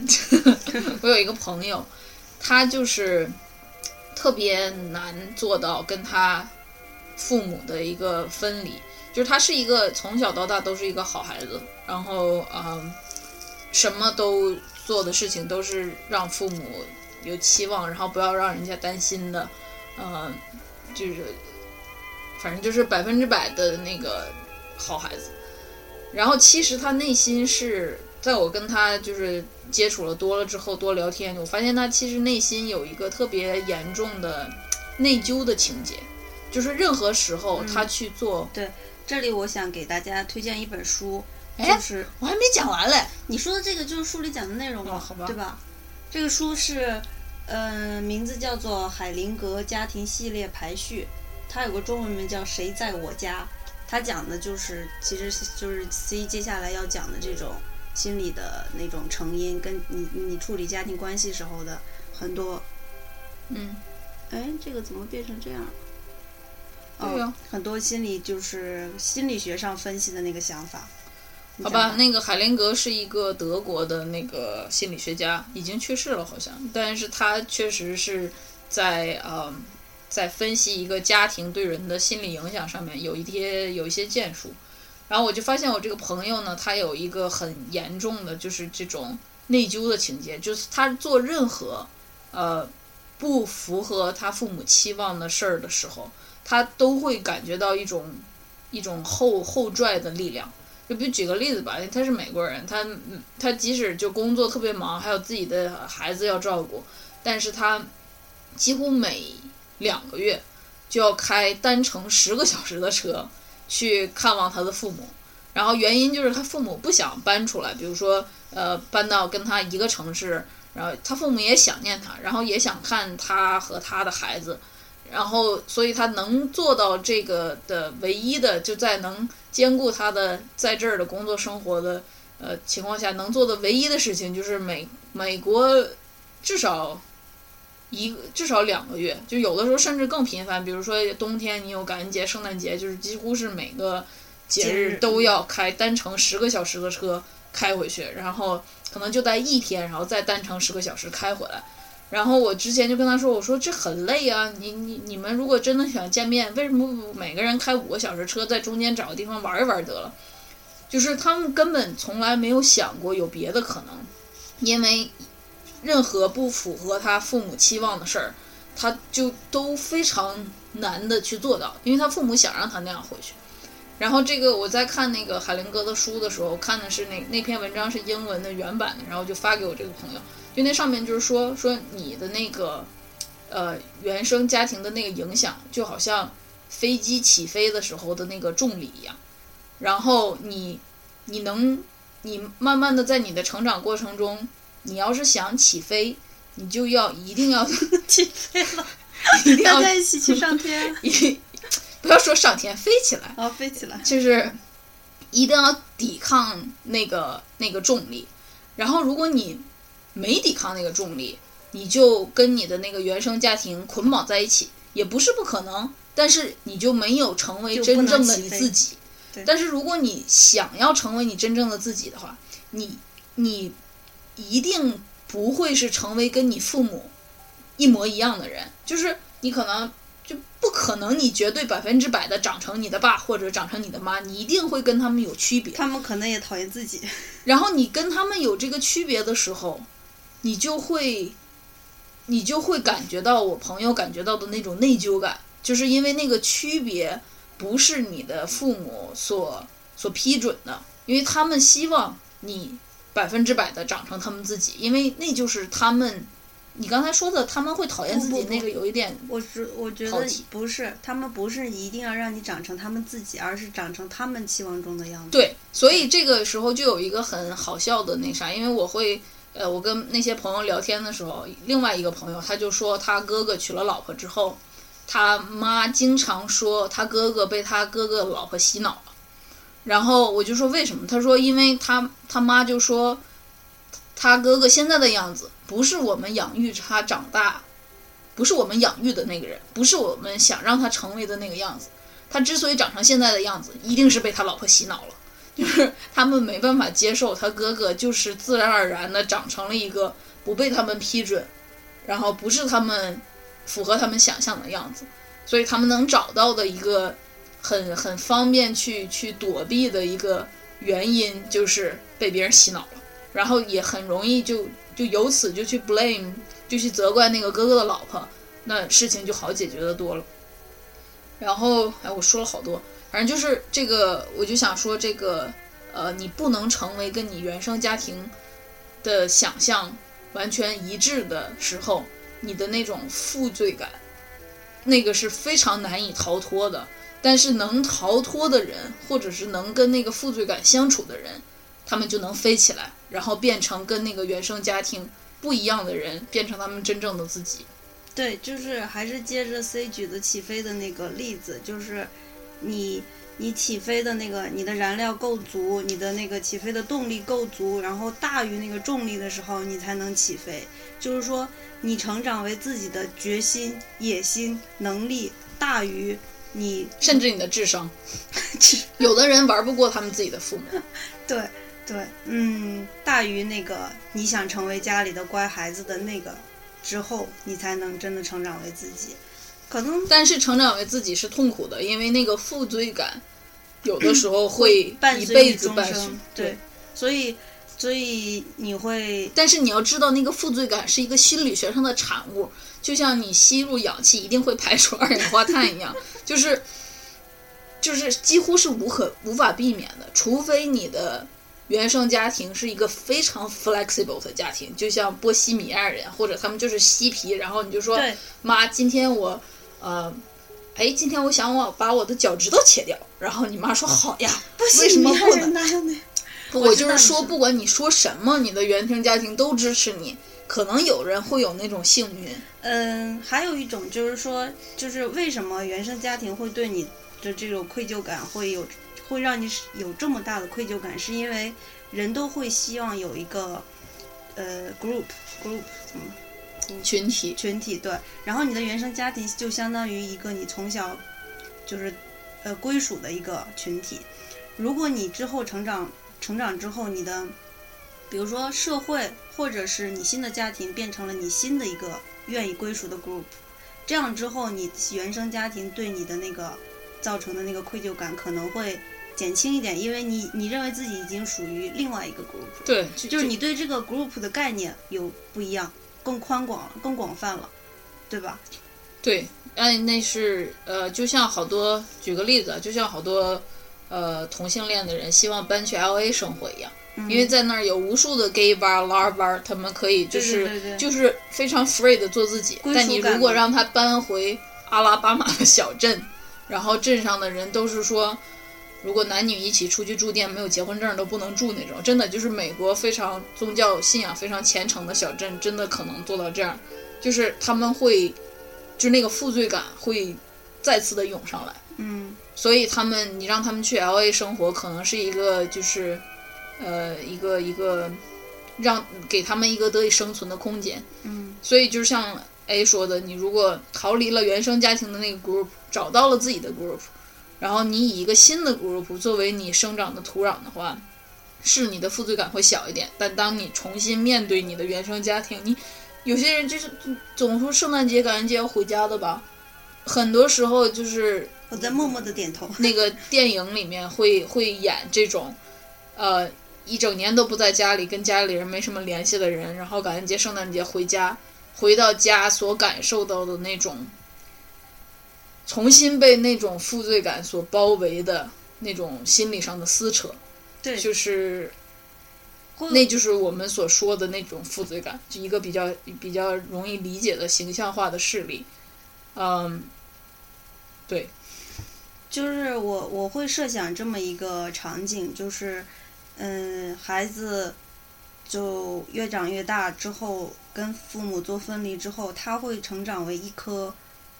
friend 我有一个朋友，他就是特别难做到跟他父母的一个分离，就是他是一个从小到大都是一个好孩子，然后嗯，什么都做的事情都是让父母有期望，然后不要让人家担心的，呃，就是反正就是百分之百的那个好孩子。然后其实他内心是在我跟他就是接触了多了之后，多聊天，我发现他其实内心有一个特别严重的内疚的情节，就是任何时候他去做、 嗯、对，这里我想给大家推荐一本书，就是我还没讲完嘞。 你说的这个就是书里讲的内容嘛、 哦、好吧， 对吧？这个书是呃名字叫做海灵格家庭系列排序，它有个中文名叫谁在我家，它讲的就是其实就是 C 接下来要讲的这种心理的那种成因，跟你你处理家庭关系时候的很多。 嗯， 哎，这个怎么变成这样？ 对呀、哦， 很多心理就是心理学上分析的那个想法。 好吧，那个海灵格是一个德国的那个心理学家，已经去世了好像，但是他确实是在呃在分析一个家庭对人的心理影响上面有一些有一些建树。然后我就发现我这个朋友呢，他有一个很严重的就是这种内疚的情节，就是他做任何呃不符合他父母期望的事儿的时候，他都会感觉到一种一种后后拽的力量。就比如举个例子吧，他是美国人，他他即使就工作特别忙，还有自己的孩子要照顾，但是他几乎每两个月就要开单程十个小时的车去看望他的父母。然后原因就是他父母不想搬出来，比如说呃搬到跟他一个城市，然后他父母也想念他，然后也想看他和他的孩子，然后所以他能做到这个的唯一的，就在能兼顾他的在这儿的工作生活的呃情况下，能做的唯一的事情就是美美国至少一个至少两个月，就有的时候甚至更频繁，比如说冬天你有感恩节、圣诞节，就是几乎是每个节日都要开单程十个小时的车开回去，然后可能就待一天，然后再单程十个小时开回来。然后我之前就跟他说，我说这很累啊，你你你们如果真的想见面，为什么不每个人开五个小时车，在中间找个地方玩一玩得了？就是他们根本从来没有想过有别的可能，因为任何不符合他父母期望的事儿，他就都非常难的去做到，因为他父母想让他那样回去。然后这个我在看那个海灵格的书的时候，看的是那那篇文章是英文的原版的，然后就发给我这个朋友，就那上面就是说说你的那个呃原生家庭的那个影响，就好像飞机起飞的时候的那个重力一样，然后你你能你慢慢的在你的成长过程中，你要是想起飞，你就要一定要起飞了， 一定要在一起去上天， 不要说上天，飞起来， 哦，飞起来， 就是一定要抵抗那个那个重力。然后如果你没抵抗那个重力，你就跟你的那个原生家庭捆绑在一起，也不是不可能，但是你就没有成为真正的你自己。但是如果你想要成为你真正的自己的话，你你一定不会是成为跟你父母一模一样的人，就是你可能就不可能你绝对百分之百的长成你的爸或者长成你的妈，你一定会跟他们有区别， 他们可能也讨厌自己。 然后你跟他们有这个区别的时候，你就会你就会感觉到我朋友感觉到的那种内疚感，就是因为那个区别不是你的父母所所批准的，因为他们希望你百分之百的长成他们自己，因为那就是他们你刚才说的他们会讨厌自己那个有一点， 我觉我觉得不是，他们不是一定要让你长成他们自己，而是长成他们期望中的样子。 对，所以这个时候就有一个很好笑的那啥，因为我会呃，我跟那些朋友聊天的时候，另外一个朋友他就说他哥哥娶了老婆之后， 他妈经常说他哥哥被他哥哥老婆洗脑了，然后我就说为什么？他说因为他他妈就说他哥哥现在的样子不是我们养育他长大，不是我们养育的那个人，不是我们想让他成为的那个样子。他之所以长成现在的样子，一定是被他老婆洗脑了。就是他们没办法接受他哥哥就是自然而然的长成了一个不被他们批准，然后不是他们符合他们想象的样子，所以他们能找到的一个很很方便去去躲避的一个原因就是被别人洗脑了，然后也很容易就就由此就去 blame 就去责怪那个哥哥的老婆，那事情就好解决的多了。然后哎，我说了好多，反正就是这个，我就想说这个，呃，你不能成为跟你原生家庭的想象完全一致的时候，你的那种负罪感，那个是非常难以逃脱的。但是能逃脱的人，或者是能跟那个负罪感相处的人，他们就能飞起来，然后变成跟那个原生家庭不一样的人，变成他们真正的自己。 对，就是还是接着 C 举的起飞的那个例子，就是你你起飞的那个你的燃料够足，你的那个起飞的动力够足，然后大于那个重力的时候你才能起飞。就是说你成长为自己的决心、野心、能力大于你甚至你的智商。有的人玩不过他们自己的父母。 对对，嗯，大于那个你想成为家里的乖孩子的那个之后，你才能真的成长为自己。可能但是成长为自己是痛苦的，因为那个负罪感有的时候会一辈子伴随。 对，所以所以你会， 但是你要知道那个负罪感是一个心理学上的产物，就像你吸入氧气一定会排出二氧化碳一样，就是就是几乎是无可无法避免的，除非你的原生家庭是一个非常 flexible 的家庭，就像波西米亚人，或者他们就是嬉皮，然后你就说妈，今天我呃哎今天我想我把我的脚趾头切掉，然后你妈说好呀，为什么不能？我就是说不管你说什么，你的原生家庭都支持你。可能有人会有那种幸运。 嗯，还有一种就是说，就是为什么原生家庭会对你的这种愧疚感会有会让你有这么大的愧疚感，是因为人都会希望有一个呃 group group 嗯群体群体对，然后你的原生家庭就相当于一个你从小就是呃归属的一个群体。如果你之后成长成长之后，你的比如说社会或者是你新的家庭变成了你新的一个愿意归属的 group， 这样之后你原生家庭对你的那个造成的那个愧疚感可能会减轻一点，因为你你认为自己已经属于另外一个 group， 对， 就是你对这个 group 的概念有不一样，更宽广了，更广泛了，对吧？ 对，哎，那是呃，就像好多，举个例子，就像好多呃同性恋的人希望搬去 L A 生活一样。 嗯、 因为在那儿有无数的 gay bar、L A R bar， 他们可以就是对对对对就是非常 free 的做自己。但你如果让他搬回阿拉巴马的小镇，然后镇上的人都是说，如果男女一起出去住店，没有结婚证都不能住那种。真的就是美国非常宗教信仰非常虔诚的小镇，真的可能做到这样，就是他们会，就是那个负罪感会再次的涌上来。 嗯， 所以他们，你让他们去 L A 生活，可能是一个就是。呃，一个一个让给他们一个得以生存的空间。 嗯， 所以就像 A 说的，你如果逃离了原生家庭的那个 group， 找到了自己的 group， 然后你以一个新的 group 作为你生长的土壤的话，是你的负罪感会小一点。但当你重新面对你的原生家庭，你有些人就是总说圣诞节、感恩节要回家的吧，很多时候就是我在默默的点头。 那个电影里面会会演这种，呃。一整年都不在家里，跟家里人没什么联系的人，然后感恩节、圣诞节回家，回到家所感受到的那种重新被那种负罪感所包围的那种心理上的撕扯， 对， 就是那就是我们所说的那种负罪感，就一个比较比较容易理解的形象化的事例。嗯，对， 就是我我会设想这么一个场景，就是嗯，孩子就越长越大之后，跟父母做分离之后，他会成长为一棵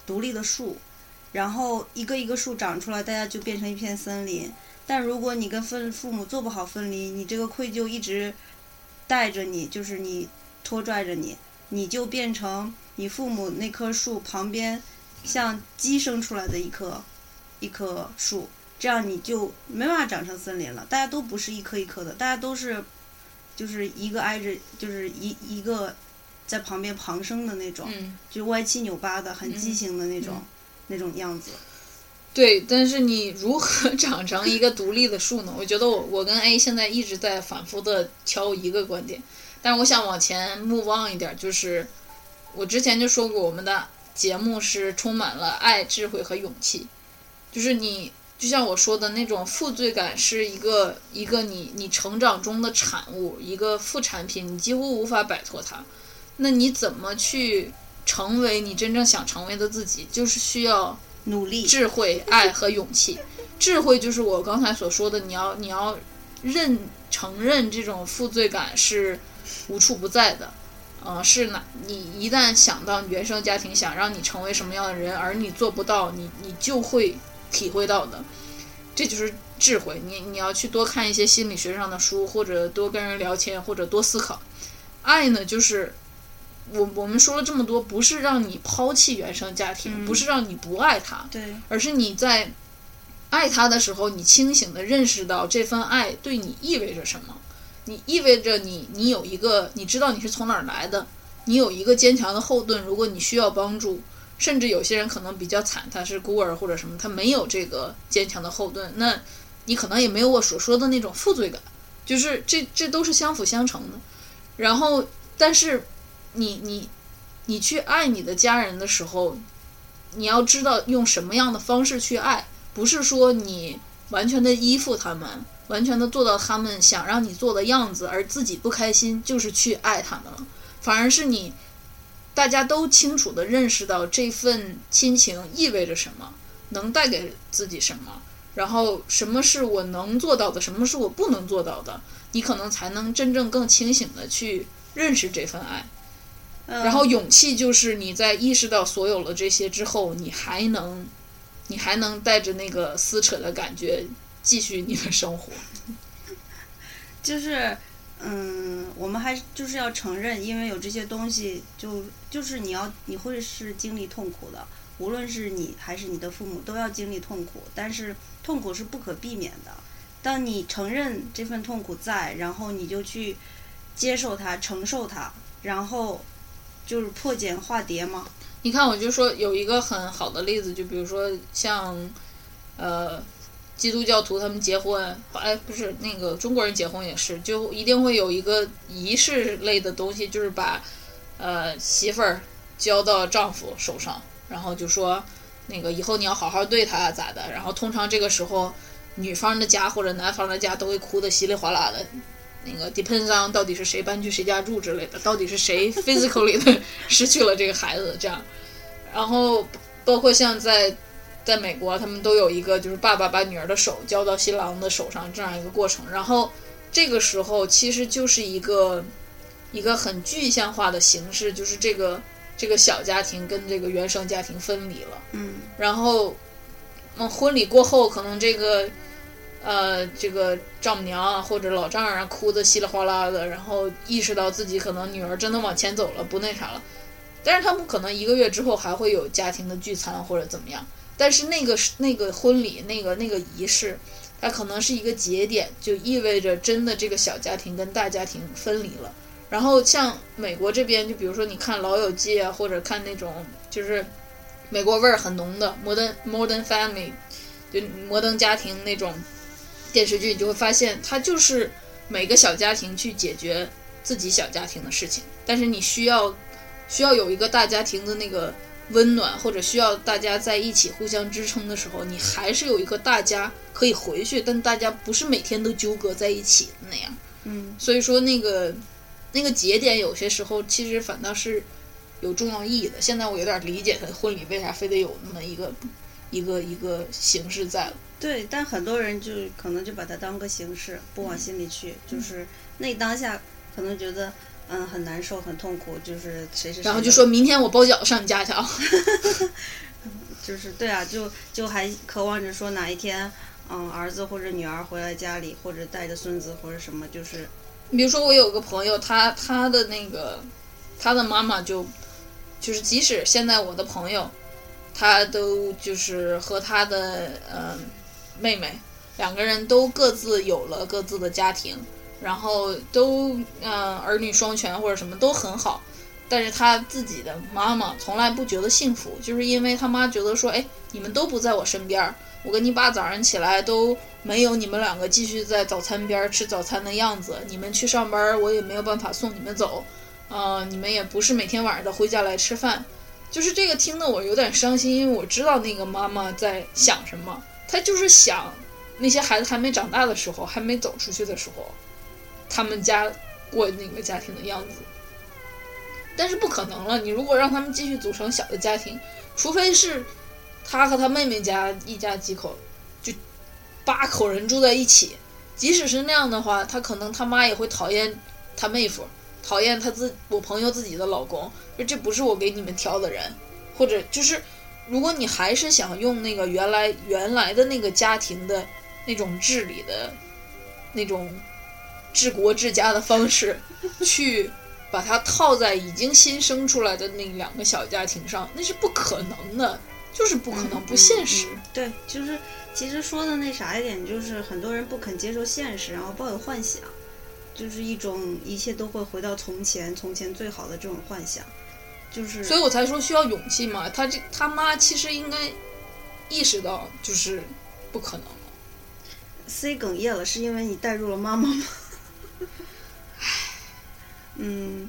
独立的树，然后一个一个树长出来，大家就变成一片森林。但如果你跟分父母做不好分离，你这个愧疚一直带着你，就是你拖拽着你，你就变成你父母那棵树旁边像鸡生出来的一棵一棵树，这样你就没办法长成森林了。大家都不是一棵一棵的，大家都是就是一个挨着，就是一一个在旁边旁生的那种， 嗯， 就歪七扭八的很畸形的那种、 嗯、 那种样子。 对，但是你如何长成一个独立的树呢？我觉得我我跟 A 现在一直在反复的敲一个观点，但是我想往前move on一点，就是我之前就说过，我们的节目是充满了爱、智慧和勇气，就是你就像我说的那种负罪感是一个一个你你成长中的产物，一个副产品，你几乎无法摆脱它。那你怎么去成为你真正想成为的自己？就是需要努力、 智慧、爱和勇气。智慧就是我刚才所说的，你要你要认承认这种负罪感是无处不在的，呃，是哪？你一旦想到原生家庭想让你成为什么样的人，而你做不到，你你就会体会到的，这就是智慧。你你要去多看一些心理学上的书，或者多跟人聊天，或者多思考。爱呢，就是我我们说了这么多，不是让你抛弃原生家庭， 嗯、 不是让你不爱他， 对， 而是你在爱他的时候，你清醒地认识到这份爱对你意味着什么。你意味着你你有一个，你知道你是从哪儿来的，你有一个坚强的后盾，如果你需要帮助。甚至有些人可能比较惨，他是孤儿或者什么，他没有这个坚强的后盾，那你可能也没有我所说的那种负罪感，就是这这都是相辅相成的。然后但是你你你去爱你的家人的时候，你要知道用什么样的方式去爱，不是说你完全的依附他们，完全的做到他们想让你做的样子，而自己不开心，就是去爱他们了。反而是你大家都清楚地认识到这份亲情意味着什么，能带给自己什么，然后什么是我能做到的，什么是我不能做到的，你可能才能真正更清醒地去认识这份爱。 嗯、 然后勇气就是你在意识到所有了这些之后，你还能你还能带着那个撕扯的感觉继续你的生活。 就是嗯，我们还就是要承认，因为有这些东西，就就是你要你会是经历痛苦的，无论是你还是你的父母都要经历痛苦，但是痛苦是不可避免的。当你承认这份痛苦在，然后你就去接受它、承受它，然后就是破茧化蝶嘛。 你看，我就说有一个很好的例子，就比如说像呃。基督教徒他们结婚，哎，不是那个中国人结婚也是，就一定会有一个仪式类的东西，就是把呃媳妇儿交到丈夫手上，然后就说那个以后你要好好对她咋的。然后通常这个时候，女方的家或者男方的家都会哭得稀里哗啦的。那个 depends on 到底是谁搬去谁家住之类的，到底是谁 physically 的失去了这个孩子这样。然后包括像在。在美国他们都有一个就是爸爸把女儿的手交到新郎的手上这样一个过程，然后这个时候其实就是一个一个很具象化的形式，就是这个这个小家庭跟这个原生家庭分离了。 嗯， 然后嗯，婚礼过后可能这个呃这个丈母娘啊或者老丈人哭得稀里哗啦的，然后意识到自己可能女儿真的往前走了，不那啥了，但是他们可能一个月之后还会有家庭的聚餐或者怎么样。但是那个那个婚礼那个那个仪式，它可能是一个节点，就意味着真的这个小家庭跟大家庭分离了。然后像美国这边，就比如说你看《老友记》啊，或者看那种就是美国味儿很浓的 Modern Modern Family， 就摩登家庭那种电视剧，你就会发现它就是每个小家庭去解决自己小家庭的事情，但是你需要需要有一个大家庭的那个温暖，或者需要大家在一起互相支撑的时候，你还是有一个大家可以回去，但大家不是每天都纠葛在一起的那样。 嗯， 所以说那个那个节点有些时候其实反倒是有重要意义的。现在我有点理解他婚礼为啥非得有那么一个一个一个形式在了。 对，但很多人就可能就把它当个形式，不往心里去，嗯、就是那当下可能觉得。嗯，很难受，很痛苦，就是谁是谁， 然后就说明天我包饺子上你家去啊。 就是对啊，就就还渴望着说哪一天，嗯，儿子或者女儿回来家里，或者带着孙子或者什么，就是比如说我有个朋友，他他的那个他的妈妈就就是即使现在我的朋友，他都就是和他的呃妹妹两个人都各自有了各自的家庭，然后都呃儿女双全或者什么都很好。但是他自己的妈妈从来不觉得幸福，就是因为他妈觉得说，哎，你们都不在我身边，我跟你爸早上起来都没有你们两个继续在早餐边吃早餐的样子，你们去上班我也没有办法送你们走，呃，你们也不是每天晚上都回家来吃饭。就是这个听得我有点伤心，因为我知道那个妈妈在想什么，她就是想那些孩子还没长大的时候，还没走出去的时候，他们家过那个家庭的样子。但是不可能了，你如果让他们继续组成小的家庭，除非是他和他妹妹家一家几口，就八口人住在一起，即使是那样的话，他可能他妈也会讨厌他妹夫，讨厌他自我朋友自己的老公，就这不是我给你们挑的人。或者就是如果你还是想用那个原来原来的那个家庭的那种治理的那种治国治家的方式去把它套在已经新生出来的那两个小家庭上，那是不可能的，就是不可能， 嗯、 不现实、 嗯嗯。对，就是其实说的那啥一点，就是很多人不肯接受现实，然后抱有幻想，就是一种一切都会回到从前，从前最好的这种幻想。就是， 所以我才说需要勇气嘛。他这他妈其实应该意识到，就是不可能了。 C 哽咽了，是因为你带入了妈妈吗？嗯，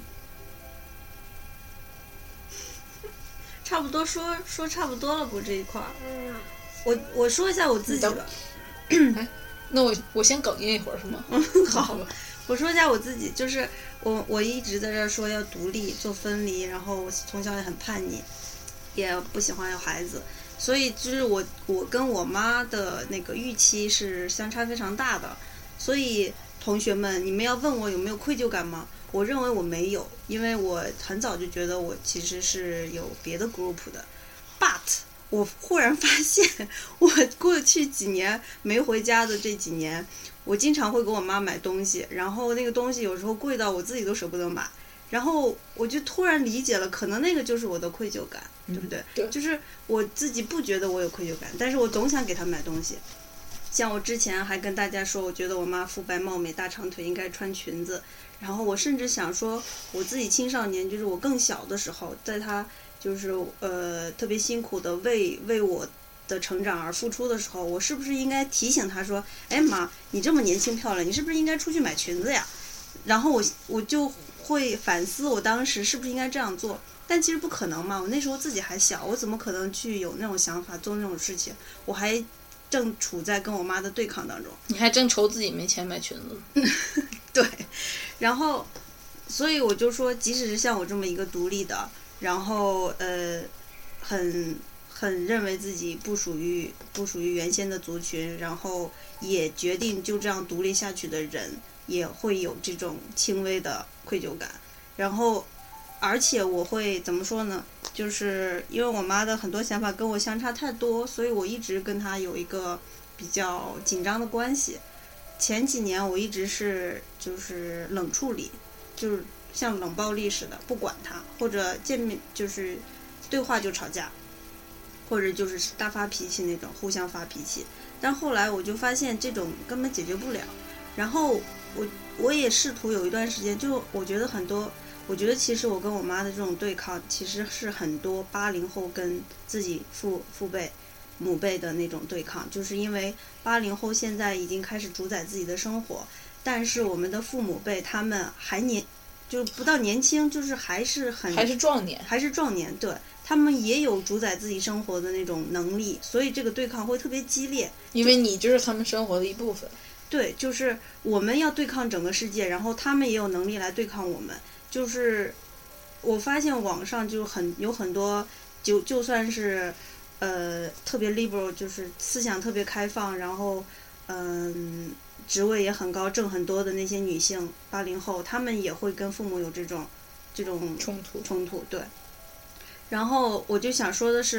差不多说说差不多了不这一块儿。嗯，我我说一下我自己吧。 哎，那我我先哽咽一会儿是吗？ 好，我说一下我自己，就是我我一直在这说要独立做分离，然后我从小也很叛逆，也不喜欢有孩子，所以就是我我跟我妈的那个预期是相差非常大的。所以同学们，你们要问我有没有愧疚感吗？我认为我没有，因为我很早就觉得我其实是有别的 group 的 ，but 我忽然发现，我过去几年没回家的这几年，我经常会给我妈买东西，然后那个东西有时候贵到我自己都舍不得买，然后我就突然理解了，可能那个就是我的愧疚感，对不对？ 嗯、对， 就是我自己不觉得我有愧疚感，但是我总想给她买东西。像我之前还跟大家说，我觉得我妈肤白貌美、大长腿，应该穿裙子。然后我甚至想说，我自己青少年，就是我更小的时候，在她就是呃特别辛苦的为为我的成长而付出的时候，我是不是应该提醒她说，哎妈，你这么年轻漂亮，你是不是应该出去买裙子呀？然后我我就会反思，我当时是不是应该这样做？但其实不可能嘛，我那时候自己还小，我怎么可能去有那种想法做那种事情？我还正处在跟我妈的对抗当中。 你还正愁自己没钱买裙子。 对，然后所以我就说，即使是像我这么一个独立的，然后呃很很认为自己不属于不属于原先的族群，然后也决定就这样独立下去的人，也会有这种轻微的愧疚感。然后而且我会怎么说呢，就是因为我妈的很多想法跟我相差太多，所以我一直跟她有一个比较紧张的关系。前几年我一直是就是冷处理，就是像冷暴力似的，不管他，或者见面就是对话就吵架，或者就是大发脾气那种，互相发脾气。但后来我就发现这种根本解决不了，然后我我也试图有一段时间，就我觉得很多，我觉得其实我跟我妈的这种对抗，其实是很多八零后跟自己父父辈母辈的那种对抗，就是因为八零后现在已经开始主宰自己的生活，但是我们的父母辈他们还年，就不到年轻，就是还是很还是壮年， 还是壮年，对，他们也有主宰自己生活的那种能力，所以这个对抗会特别激烈。 因为你就是他们生活的一部分。 对，就是我们要对抗整个世界，然后他们也有能力来对抗我们。就是我发现网上就很有很多，就就算是呃特别 liberal， 就是思想特别开放，然后嗯、呃、职位也很高，挣很多的那些女性，八零后，她们也会跟父母有这种这种冲突冲突。对。然后我就想说的是，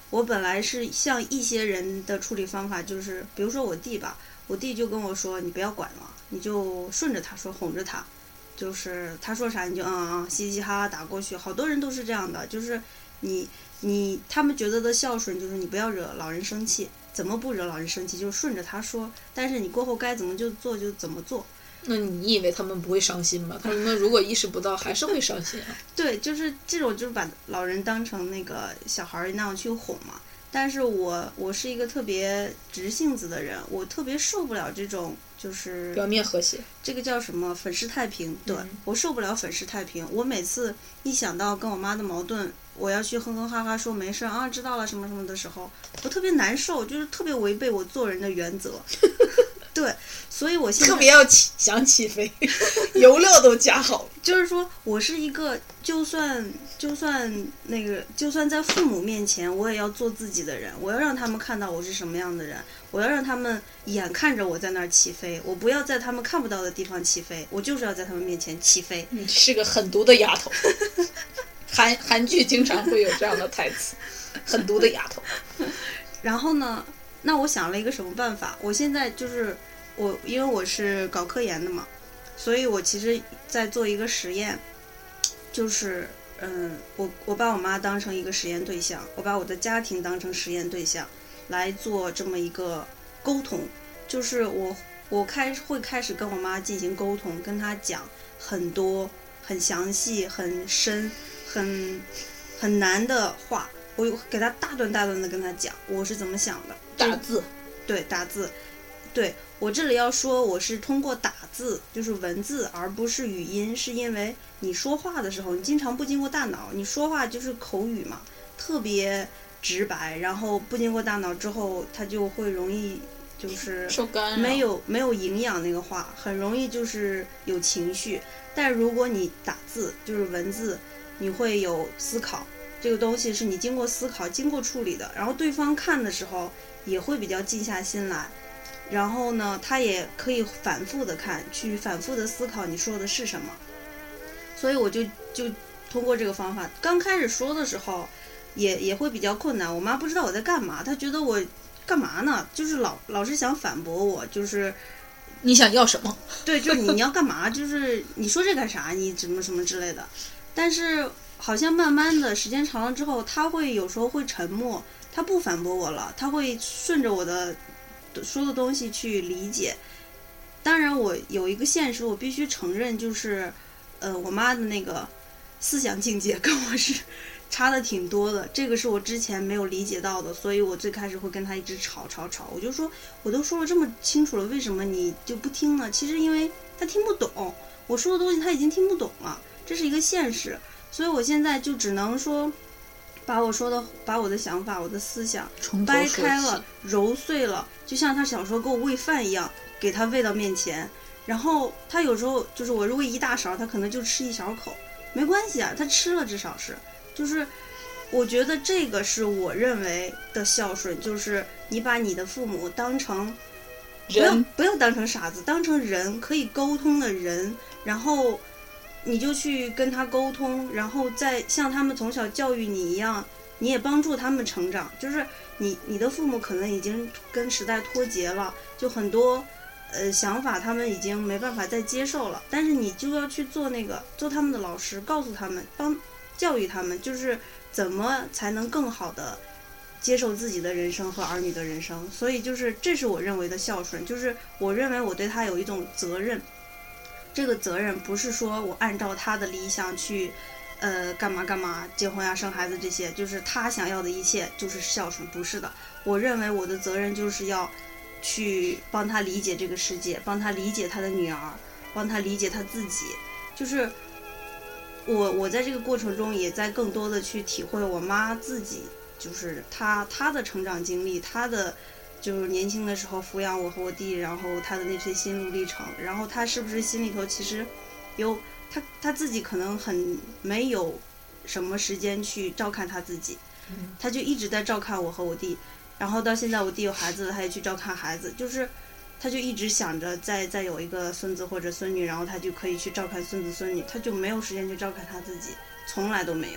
我本来是像一些人的处理方法，就是比如说我弟吧，我弟就跟我说，你不要管了，你就顺着他说，哄着他，就是他说啥你就嗯嗯嘻嘻哈哈打过去。好多人都是这样的，就是你你他们觉得的孝顺就是你不要惹老人生气，怎么不惹老人生气，就顺着他说，但是你过后该怎么就做就怎么做。 那你以为他们不会伤心吗？他们如果意识不到还是会伤心啊。 对，就是这种，就是把老人当成那个小孩那样去哄嘛。但是我我是一个特别直性子的人，我特别受不了这种就是表面和谐， 这个叫什么粉饰太平。对、嗯、我受不了粉饰太平。我每次一想到跟我妈的矛盾，我要去哼哼哈哈说没事啊，知道了什么什么的时候，我特别难受，就是特别违背我做人的原则。对，所以我现在特别要起想起飞，油料都加好。 就是说我是一个，就算就算那个，就算在父母面前，我也要做自己的人。我要让他们看到我是什么样的人，我要让他们眼看着我在那儿起飞，我不要在他们看不到的地方起飞，我就是要在他们面前起飞。 你是个狠毒的丫头。韩韩剧经常会有这样的台词，狠毒的丫头。 然后呢？那我想了一个什么办法？我现在就是我，因为我是搞科研的嘛，所以我其实在做一个实验，就是嗯，我我把我妈当成一个实验对象，我把我的家庭当成实验对象来做这么一个沟通，就是我我开会开始跟我妈进行沟通，跟她讲很多很详细、很深、很很难的话。我给他大段大段的跟他讲我是怎么想的， 打字， 对，打字，对，我这里要说我是通过打字，就是文字而不是语音，是因为你说话的时候你经常不经过大脑，你说话就是口语嘛，特别直白，然后不经过大脑之后它就会容易就是受干扰， 没有没有营养，那个话很容易就是有情绪。但如果你打字就是文字，你会有思考，这个东西是你经过思考经过处理的，然后对方看的时候也会比较静下心来，然后呢他也可以反复的看，去反复的思考你说的是什么。所以我就就通过这个方法，刚开始说的时候也也会比较困难，我妈不知道我在干嘛，她觉得我干嘛呢，就是老老是想反驳我，就是你想要什么， 对，就是你你要干嘛，就是你说这干啥，你什么什么之类的。但是好像慢慢的时间长了之后，他会有时候会沉默，他不反驳我了，他会顺着我的说的东西去理解。当然我有一个现实我必须承认，就是呃，我妈的那个思想境界跟我是差的挺多的，这个是我之前没有理解到的，所以我最开始会跟她一直吵吵吵，我就说我都说了这么清楚了，为什么你就不听呢？其实因为她听不懂我说的东西，她已经听不懂了，这是一个现实。所以我现在就只能说把我说的把我的想法我的思想掰开了揉碎了，就像他小时候给我喂饭一样，给他喂到面前，然后他有时候就是我喂一大勺，他可能就吃一小口，没关系啊，他吃了至少是，就是我觉得这个是我认为的孝顺，就是你把你的父母当成不要不要当成傻子，当成人，可以沟通的人，然后你就去跟他沟通，然后再像他们从小教育你一样，你也帮助他们成长。就是你你的父母可能已经跟时代脱节了，就很多呃想法他们已经没办法再接受了，但是你就要去做那个做他们的老师，告诉他们，帮教育他们，就是怎么才能更好的接受自己的人生和儿女的人生。所以就是这是我认为的孝顺，就是我认为我对他有一种责任。这个责任不是说我按照他的理想去呃干嘛干嘛，结婚啊生孩子这些，就是他想要的一切就是孝顺，不是的。我认为我的责任就是要去帮他理解这个世界，帮他理解他的女儿，帮他理解他自己。就是我我在这个过程中也在更多的去体会我妈自己，就是她她的成长经历，她的就是年轻的时候抚养我和我弟，然后他的那些心路历程，然后他是不是心里头其实有他他自己可能很没有什么时间去照看他自己，他就一直在照看我和我弟，然后到现在我弟有孩子了，他也去照看孩子，就是他就一直想着再再有一个孙子或者孙女，然后他就可以去照看孙子孙女，他就没有时间去照看他自己，从来都没有。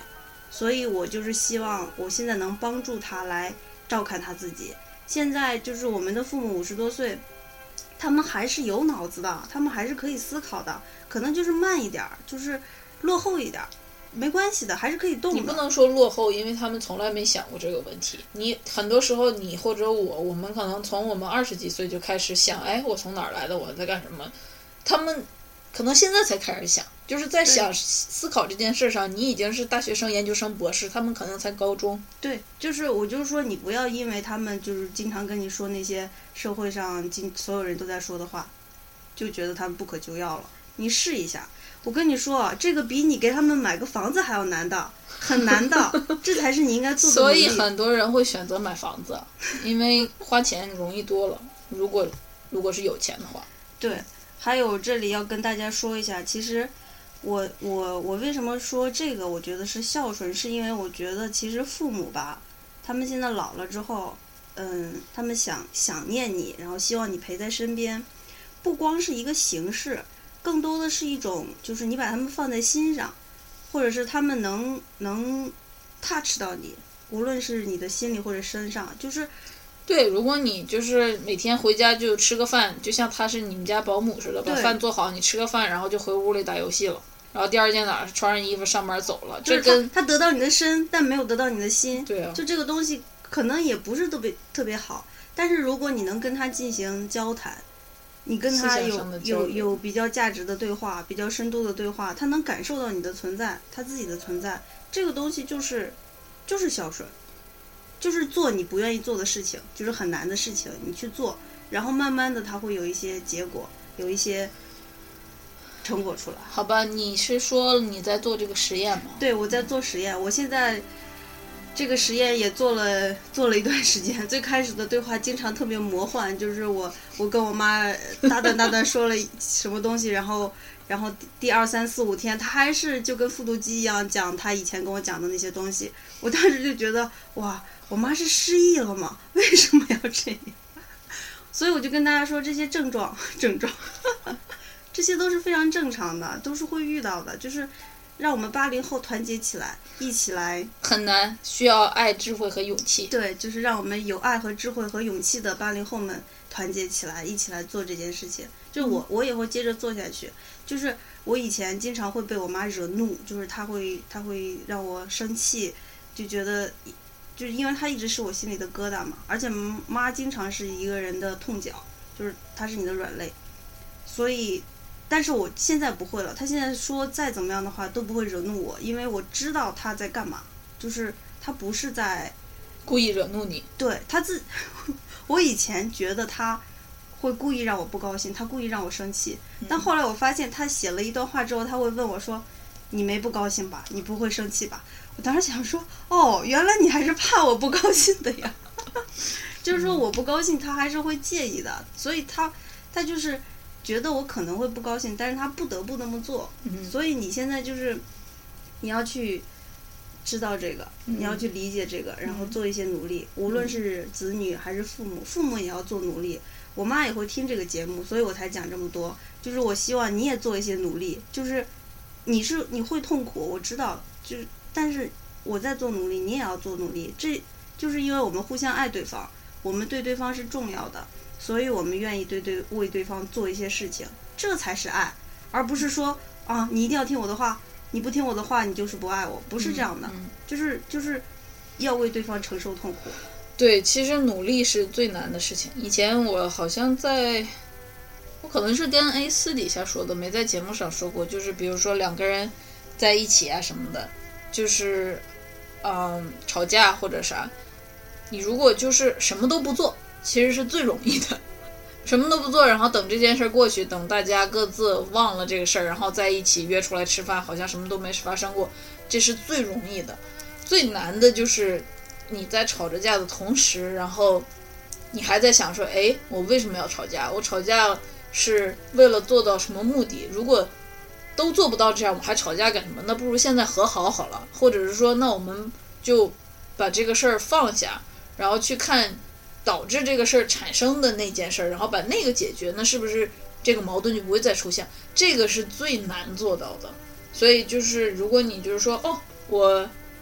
所以我就是希望我现在能帮助他来照看他自己。现在就是我们的父母五十多岁，他们还是有脑子的，他们还是可以思考的，可能就是慢一点，就是落后一点，没关系的，还是可以动的。 你不能说落后，因为他们从来没想过这个问题。你很多时候，你或者我，我们可能从我们二十几岁就开始想，哎，我从哪儿来的，我在干什么？他们可能现在才开始想，就是在想思考这件事上，你已经是大学生、研究生、博士，他们可能才高中。 对，就是我就是说，你不要因为他们就是经常跟你说那些社会上经所有人都在说的话，就觉得他们不可救药了。你试一下，我跟你说，这个比你给他们买个房子还要难的，很难的，这才是你应该做的努力。 所以很多人会选择买房子，因为花钱容易多了。如果如果是有钱的话， 对。还有这里要跟大家说一下，其实我我我为什么说这个我觉得是孝顺，是因为我觉得其实父母吧，他们现在老了之后，嗯，他们想想念你，然后希望你陪在身边，不光是一个形式，更多的是一种就是你把他们放在心上，或者是他们能能 touch 到你，无论是你的心里或者身上，就是对，如果你就是每天回家就吃个饭，就像他是你们家保姆似的，把饭做好，你吃个饭，然后就回屋里打游戏了，然后第二天早上穿上衣服上班走了。 这跟他得到你的身，但没有得到你的心。 对啊， 就这个东西可能也不是特别特别好，但是如果你能跟他进行交谈，你跟他有有有比较价值的对话，比较深度的对话，他能感受到你的存在，他自己的存在，这个东西就是就是孝顺。就是做你不愿意做的事情，就是很难的事情，你去做，然后慢慢的它会有一些结果，有一些成果出来。 好吧，你是说你在做这个实验吗？ 对，我在做实验，我现在这个实验也做了做了一段时间。最开始的对话经常特别魔幻，就是我我跟我妈大段大段说了什么东西，然后然后第二三四五天，她还是就跟复读机一样讲她以前跟我讲的那些东西。我当时就觉得哇，我妈是失忆了吗？为什么要这样？所以我就跟大家说，这些症状症状这些都是非常正常的，都是会遇到的，就是让我们八零后团结起来，一起来。 很难，需要爱、智慧和勇气。 对，就是让我们有爱和智慧和勇气的八零后们团结起来，一起来做这件事情。就我，我也会接着做下去。就是我以前经常会被我妈惹怒，就是她会，她会让我生气，就觉得，就是因为她一直是我心里的疙瘩嘛。而且妈经常是一个人的痛脚，就是她是你的软肋，所以。但是我现在不会了，他现在说再怎么样的话都不会惹怒我，因为我知道他在干嘛，就是他不是在故意惹怒你。 对，他自我以前觉得他会故意让我不高兴，他故意让我生气，但后来我发现他写了一段话之后，他会问我说你没不高兴吧，你不会生气吧？我当时想说哦，原来你还是怕我不高兴的呀就是说我不高兴他还是会介意的，所以他他就是觉得我可能会不高兴，但是他不得不那么做、 嗯、 所以你现在就是你要去知道这个、嗯、你要去理解这个，然后做一些努力、嗯、无论是子女还是父母，父母也要做努力。我妈也会听这个节目，所以我才讲这么多，就是我希望你也做一些努力，就是你是你会痛苦我知道，就是但是我在做努力，你也要做努力，这就是因为我们互相爱对方，我们对对方是重要的，所以我们愿意对对为对方做一些事情，这才是爱，而不是说啊你一定要听我的话，你不听我的话你就是不爱我，不是这样的、 嗯嗯、 就是就是要为对方承受痛苦。 对，其实努力是最难的事情。以前我好像在我可能是跟 A 私底下说的，没在节目上说过，就是比如说两个人在一起啊什么的，就是嗯吵架或者啥，你如果就是什么都不做，其实是最容易的，什么都不做，然后等这件事过去，等大家各自忘了这个事儿，然后在一起约出来吃饭，好像什么都没发生过，这是最容易的。最难的就是你在吵着架的同时，然后你还在想说，哎，我为什么要吵架？我吵架是为了做到什么目的？如果都做不到这样，我还吵架干什么？那不如现在和好好了，或者是说，那我们就把这个事儿放下，然后去看导致这个事儿产生的那件事儿，然后把那个解决，那是不是这个矛盾就不会再出现？这个是最难做到的。所以就是如果你就是说，哦，我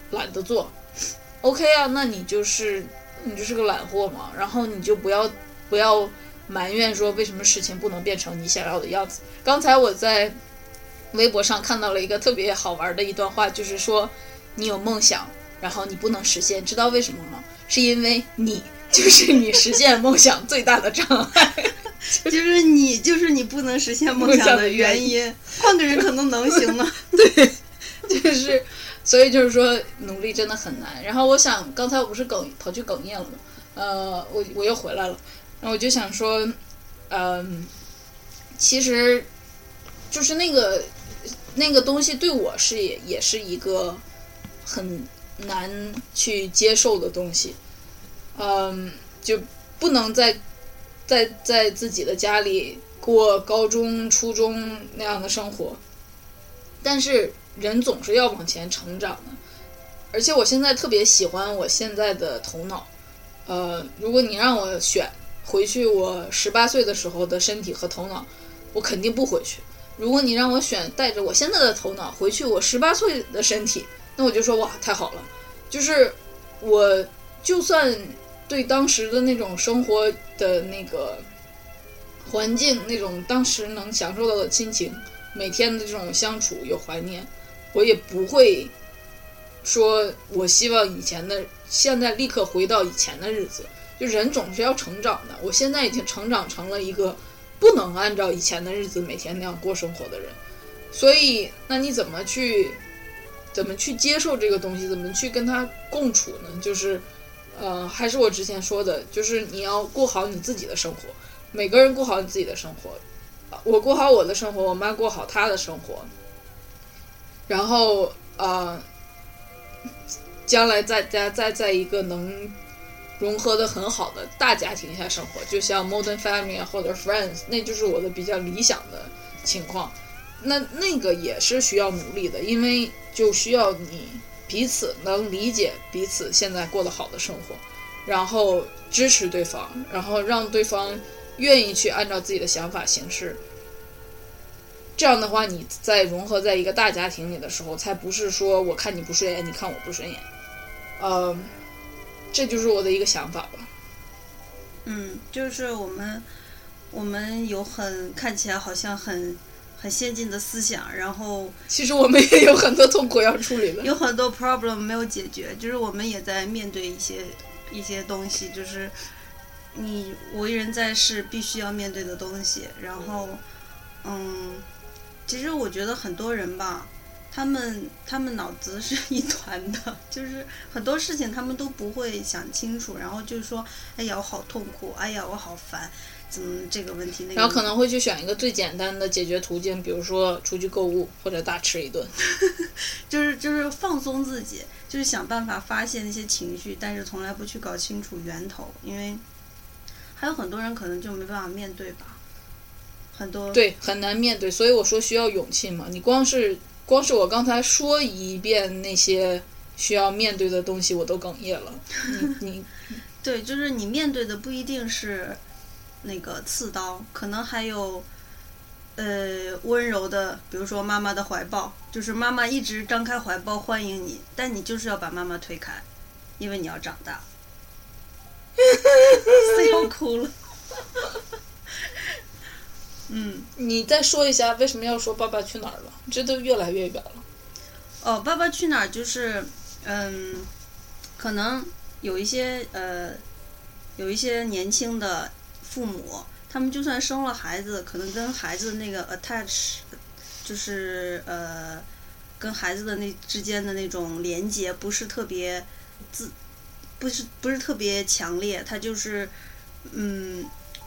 懒得做。OK 啊，那你就是你就是个懒货嘛，然后你就不要不要埋怨说为什么事情不能变成你想要的样子。刚才我在微博上看到了一个特别好玩的一段话，就是说你有梦想，然后你不能实现，知道为什么吗？是因为你就是你实现梦想最大的障碍。 就是你就是你不能实现梦想的原因，换个人可能能行呢。 对，就是所以就是说努力真的很难。然后我想刚才我不是哽跑去哽咽了吗？呃，我我又回来了，然后我就想说，嗯、呃，其实就是那个那个东西对我是也也是一个很难去接受的东西，嗯、呃，就不能在在在自己的家里过高中、初中那样的生活，但是人总是要往前成长的。而且我现在特别喜欢我现在的头脑，呃，如果你让我选回去我十八岁的时候的身体和头脑，我肯定不回去。如果你让我选带着我现在的头脑回去我十八岁的身体，那我就说哇太好了。就是我就算对当时的那种生活的那个环境，那种当时能享受到的亲情，每天的这种相处有怀念，我也不会说我希望以前的现在立刻回到以前的日子。就人总是要成长的，我现在已经成长成了一个不能按照以前的日子每天那样过生活的人。所以那你怎么去怎么去接受这个东西，怎么去跟它共处呢？就是呃，还是我之前说的，就是你要过好你自己的生活，每个人过好你自己的生活，我过好我的生活，我妈过好她的生活，然后呃，将来在家再在一个能融合的很好的大家庭下生活，就像 Modern Family 或者 Friends， 那就是我的比较理想的情况。那那个也是需要努力的，因为就需要你彼此能理解彼此现在过得好的生活，然后支持对方，然后让对方愿意去按照自己的想法行事。这样的话你在融合在一个大家庭里的时候，才不是说我看你不顺眼你看我不顺眼。呃，这就是我的一个想法吧。 嗯，就是我们我们有很看起来好像很很先进的思想，然后其实我们也有很多痛苦要处理的， 有很多 problem 没有解决，就是我们也在面对一些一些东西，就是你为人在世必须要面对的东西。然后嗯，其实我觉得很多人吧，他们他们脑子是一团的，就是很多事情他们都不会想清楚，然后就说哎呀我好痛苦，哎呀我好烦，怎么这个问题那个问题， 然后可能会去选一个最简单的解决途径，比如说出去购物或者大吃一顿就是就是放松自己，就是想办法发泄那些情绪，但是从来不去搞清楚源头。因为还有很多人可能就没办法面对吧，很多对很难面对，所以我说需要勇气嘛。你光是光是我刚才说一遍那些需要面对的东西我都哽咽了。你你对，就是你面对的不一定是那个刺刀，可能还有呃温柔的，比如说妈妈的怀抱，就是妈妈一直张开怀抱欢迎你，但你就是要把妈妈推开，因为你要长大。C 要哭了。嗯， 你再说一下为什么要说爸爸去哪儿了？这都越来越远了。 哦，爸爸去哪儿就是嗯，可能有一些呃有一些年轻的父母，他们就算生了孩子，可能跟孩子那个 attach 就是呃跟孩子的那之间的那种连接不是特别自不是不是特别强烈，他就是嗯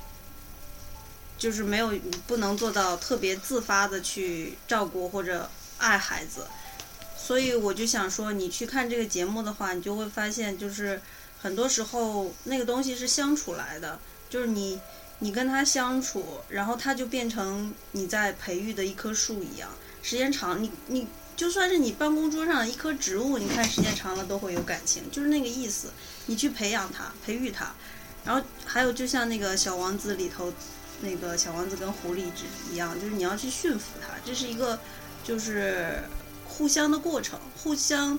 就是没有不能做到特别自发的去照顾或者爱孩子。所以我就想说，你去看这个节目的话，你就会发现就是很多时候那个东西是相处来的，就是你你跟他相处，然后他就变成你在培育的一棵树一样，时间长你你就算是你办公桌上一棵植物，你看时间长了都会有感情，就是那个意思。你去培养它，培育它。然后还有就像那个小王子里头那个小王子跟狐狸一样，就是你要去驯服它，这是一个就是互相的过程，互相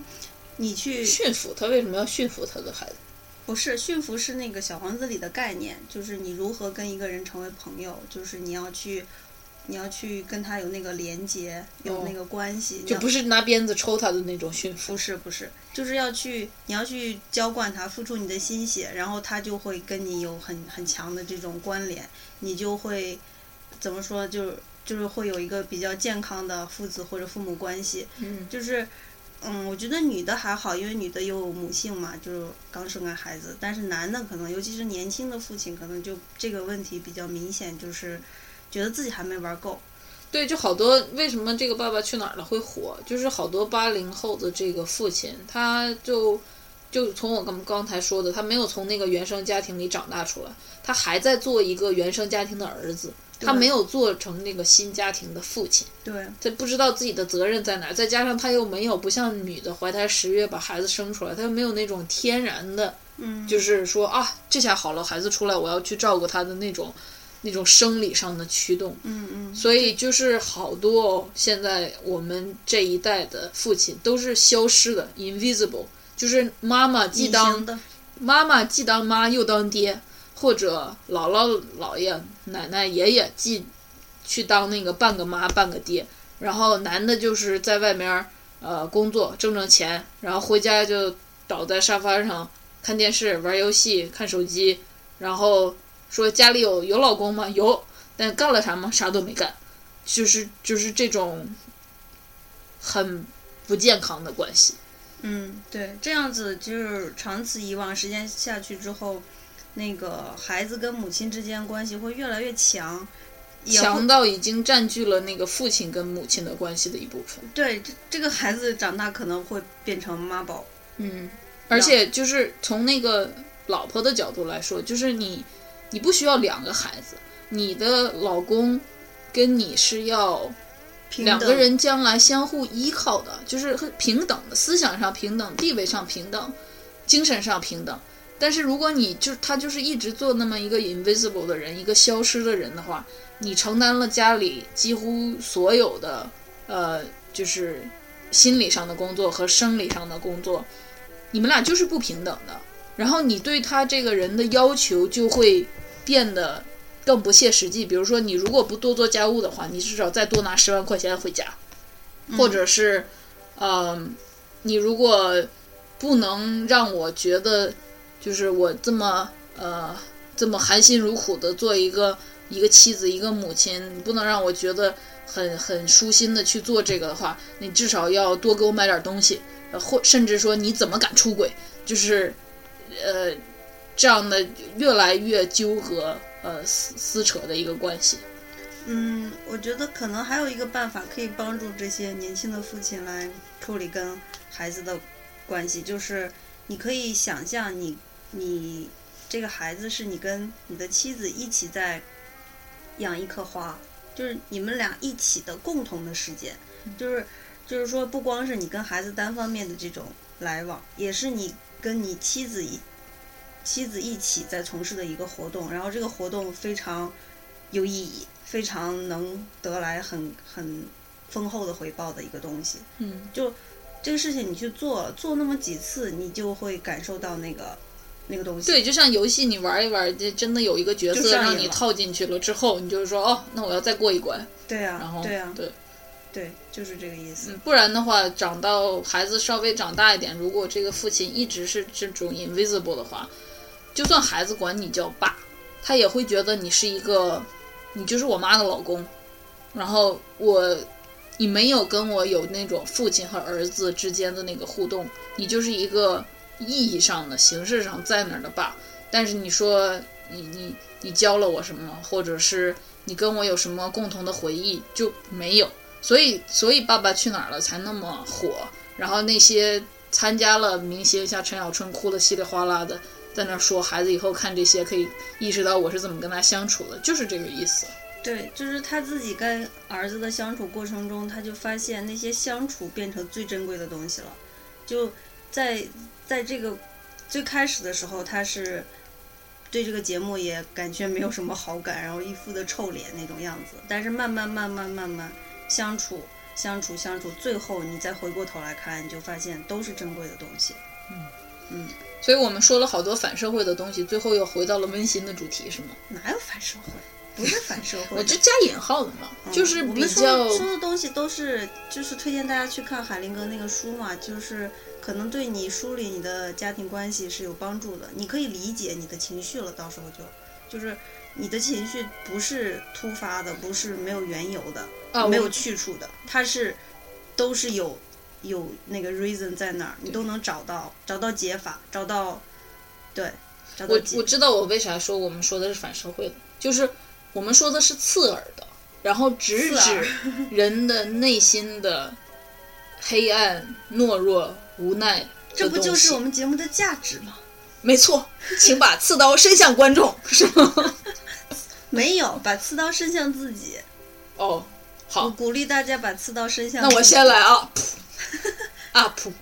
你去驯服他，为什么要驯服他的孩子？ 不是驯服，是那个小王子里的概念，就是你如何跟一个人成为朋友，就是你要去。你要去跟他有那个连接，有那个关系， 哦、就不是拿鞭子抽他的那种驯服。 不是不是，就是要去，你要去浇灌他，付出你的心血，然后他就会跟你有很很强的这种关联，你就会怎么说，就就是会有一个比较健康的父子或者父母关系。 嗯， 就是嗯，我觉得女的还好，因为女的有母性嘛，就是刚生完孩子，但是男的可能，尤其是年轻的父亲，可能就这个问题比较明显，就是觉得自己还没玩够。 对，就好多为什么这个《爸爸去哪儿了》会火，就是好多八零后的这个父亲，他就就从我刚刚才说的，他没有从那个原生家庭里长大出来，他还在做一个原生家庭的儿子，他没有做成那个新家庭的父亲。 对， 他不知道自己的责任在哪儿，再加上他又没有不像女的怀胎十月把孩子生出来，他又没有那种天然的， 嗯， 就是说啊，这下好了，孩子出来我要去照顾他的那种。那种生理上的驱动， 嗯嗯， 所以就是好多、哦、现在我们这一代的父亲都是消失的 ，invisible， 就是妈妈既当妈妈既当妈又当爹，或者姥姥姥爷奶奶爷爷既去当那个半个妈半个爹，然后男的就是在外面呃工作挣挣钱，然后回家就倒在沙发上看电视玩游戏看手机，然后。说家里有有老公吗？有，但干了啥吗？啥都没干，就是就是这种很不健康的关系。 嗯，对，这样子就是长此以往，时间下去之后，那个孩子跟母亲之间关系会越来越强， 强到已经占据了那个父亲跟母亲的关系的一部分。 对，这这个孩子长大可能会变成妈宝。 嗯，而且就是从那个老婆的角度来说，就是你。你不需要两个孩子，你的老公跟你是要两个人将来相互依靠的，就是平等的，思想上平等，地位上平等，精神上平等。但是如果你就他就是一直做那么一个 invisible 的人，一个消失的人的话，你承担了家里几乎所有的呃，就是心理上的工作和生理上的工作，你们俩就是不平等的。然后你对他这个人的要求就会变得更不切实际，比如说你如果不多做家务的话，你至少再多拿十万块钱回家， 嗯、 或者是，呃，你如果不能让我觉得，就是我这么呃这么含辛茹苦的做一个一个妻子一个母亲，你不能让我觉得很很舒心的去做这个的话，你至少要多给我买点东西，呃，或甚至说你怎么敢出轨，就是。呃，这样的越来越纠葛、呃撕撕扯的一个关系。 嗯，我觉得可能还有一个办法可以帮助这些年轻的父亲来处理跟孩子的关系，就是你可以想象你你这个孩子是你跟你的妻子一起在养一棵花，就是你们俩一起的共同的时间，就是就是说不光是你跟孩子单方面的这种来往，也是你。跟你妻子一妻子一起在从事的一个活动，然后这个活动非常有意义，非常能得来很很丰厚的回报的一个东西。 嗯， 就这个事情你去做做那么几次，你就会感受到那个那个东西。 对，就像游戏你玩一玩，这真的有一个角色让你套进去了之后，你就是说哦，那我要再过一关。 对啊， 然后对啊， 对。 对，就是这个意思。 嗯，不然的话，长到孩子稍微长大一点，如果这个父亲一直是这种 invisible 的话，就算孩子管你叫爸，他也会觉得你是一个，你就是我妈的老公，然后我，你没有跟我有那种父亲和儿子之间的那个互动，你就是一个意义上的、形式上在那儿的爸，但是你说你你你教了我什么，或者是你跟我有什么共同的回忆，就没有。所以，所以《爸爸去哪儿了》才那么火。然后那些参加了明星，像陈小春哭得稀里哗啦的，在那说孩子以后看这些可以意识到我是怎么跟他相处的，就是这个意思。 对，就是他自己跟儿子的相处过程中，他就发现那些相处变成最珍贵的东西了。就在在这个最开始的时候，他是对这个节目也感觉没有什么好感，然后一副的臭脸那种样子。但是慢慢慢慢慢慢相处， 相处相处，最后你再回过头来看，你就发现都是珍贵的东西。 嗯嗯， 所以我们说了好多反社会的东西，最后又回到了温馨的主题，是吗？ 哪有反社会？不是反社会， 我就加引号的嘛， 嗯、 就是比较我们说说的东西都是，就是推荐大家去看海灵格那个书嘛，就是可能对你梳理你的家庭关系是有帮助的，你可以理解你的情绪了，到时候就就是你的情绪不是突发的，不是没有缘由的， 啊、 没有去处的，它是都是有有那个 reason 在那儿，你都能找到找到解法，找到对，找到我解。 我知道我为啥说我们说的是反社会的，就是我们说的是刺耳的，然后直指人的内心的黑暗、懦弱、无奈。 这不就是我们节目的价值吗？ 没错，请把刺刀伸向观众，是吗？ 没有，把刺刀伸向自己。 哦，好， 我鼓励大家把刺刀伸向自己。那我先来啊，啊噗，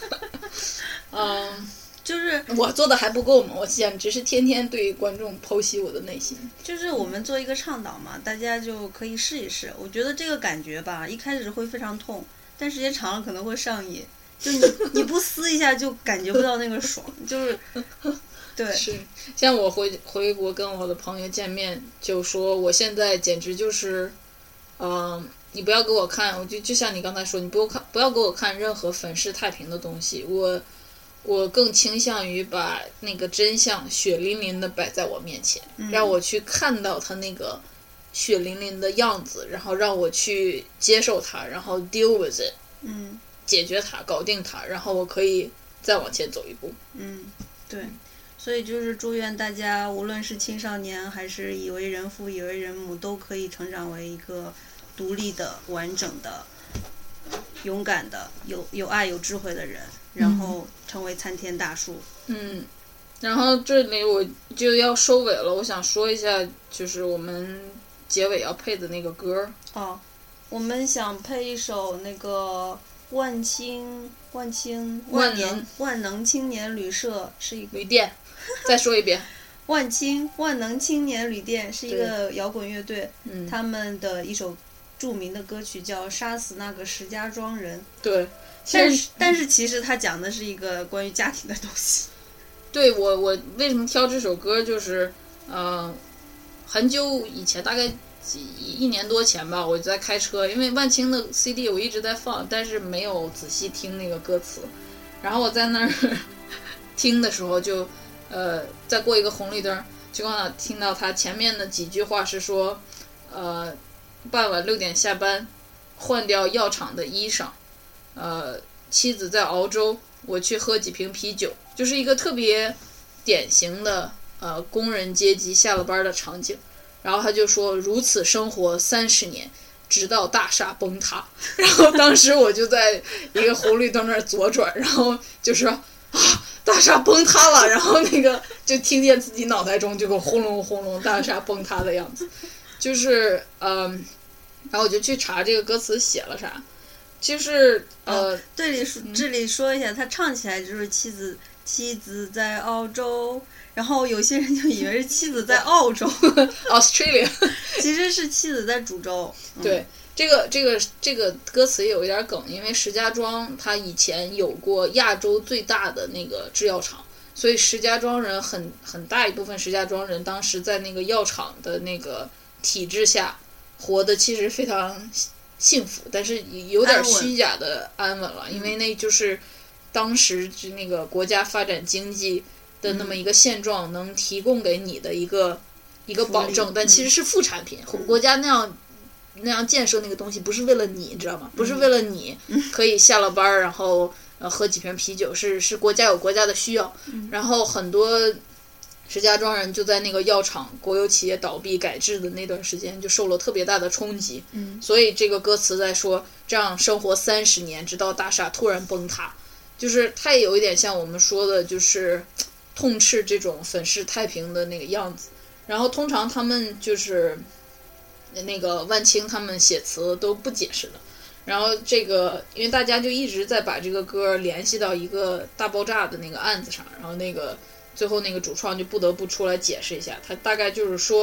嗯。 就是我做的还不够嘛，我简直是天天对观众剖析我的内心。 就是我们做一个倡导嘛，大家就可以试一试。我觉得这个感觉吧，一开始会非常痛，但时间长了可能会上瘾。就你你不撕一下就感觉不到那个爽，就是对。 是，像我回回国跟我的朋友见面，就说我现在简直就是，嗯、呃，你不要给我看，我就就像你刚才说，你不要看，不要给我看任何粉饰太平的东西，我。我更倾向于把那个真相血淋淋的摆在我面前、嗯、让我去看到它那个血淋淋的样子，然后让我去接受它，然后 deal with it， 嗯， 解决它，搞定它，然后我可以再往前走一步。 嗯，对，所以就是祝愿大家无论是青少年还是已为人父已为人母，都可以成长为一个独立的完整的勇敢的有有爱有智慧的人，然后成为参天大树。 嗯，然后这里我就要收尾了，我想说一下，就是我们结尾要配的那个歌。 哦，我们想配一首那个万青万青万年万能青年旅社是一个旅店，再说一遍。 万青万能青年旅店是一个摇滚乐队， 嗯， 他们的一首著名的歌曲叫《杀死那个石家庄人》。 对。 但是，但是其实它讲的是一个关于家庭的东西。 对，我我为什么挑这首歌，就是呃，很久以前，大概几一年多前吧，我在开车，因为万青的 C D 我一直在放，但是没有仔细听那个歌词。然后我在那儿听的时候就，就呃，再过一个红绿灯，就刚好听到他前面的几句话是说，呃，傍晚六点下班，换掉药厂的衣裳。呃，妻子在熬粥，我去喝几瓶啤酒，就是一个特别典型的呃工人阶级下了班的场景。然后他就说，如此生活三十年，直到大厦崩塌。然后当时我就在一个红绿灯那儿左转，然后就说啊，大厦崩塌了。然后那个就听见自己脑袋中就个轰隆轰隆大厦崩塌的样子，就是嗯、呃，然后我就去查这个歌词写了啥。就是呃， 哦、这里说这里说一下，他唱起来就是妻子妻子在澳洲，然后有些人就以为是妻子在澳洲 ，Australia， 其实是妻子在煮粥。 嗯、对，这个这个这个歌词也有一点梗，因为石家庄它以前有过亚洲最大的那个制药厂，所以石家庄人很很大一部分石家庄人当时在那个药厂的那个体制下活得其实非常幸福，但是有点虚假的安稳了，因为那就是当时那个国家发展经济的那么一个现状能提供给你的一个一个保证，但其实是副产品。国家那样那样建设那个东西不是为了你，知道吗？不是为了你可以下了班然后呃喝几瓶啤酒，是是国家有国家的需要。然后很多石家庄人就在那个药厂国有企业倒闭改制的那段时间就受了特别大的冲击， 嗯， 所以这个歌词在说这样生活三十年，直到大厦突然崩塌，就是它也有一点像我们说的，就是痛斥这种粉饰太平的那个样子。然后通常他们就是那个万青他们写词都不解释的，然后这个因为大家就一直在把这个歌联系到一个大爆炸的那个案子上，然后那个最后那个主创就不得不出来解释一下，他大概就是说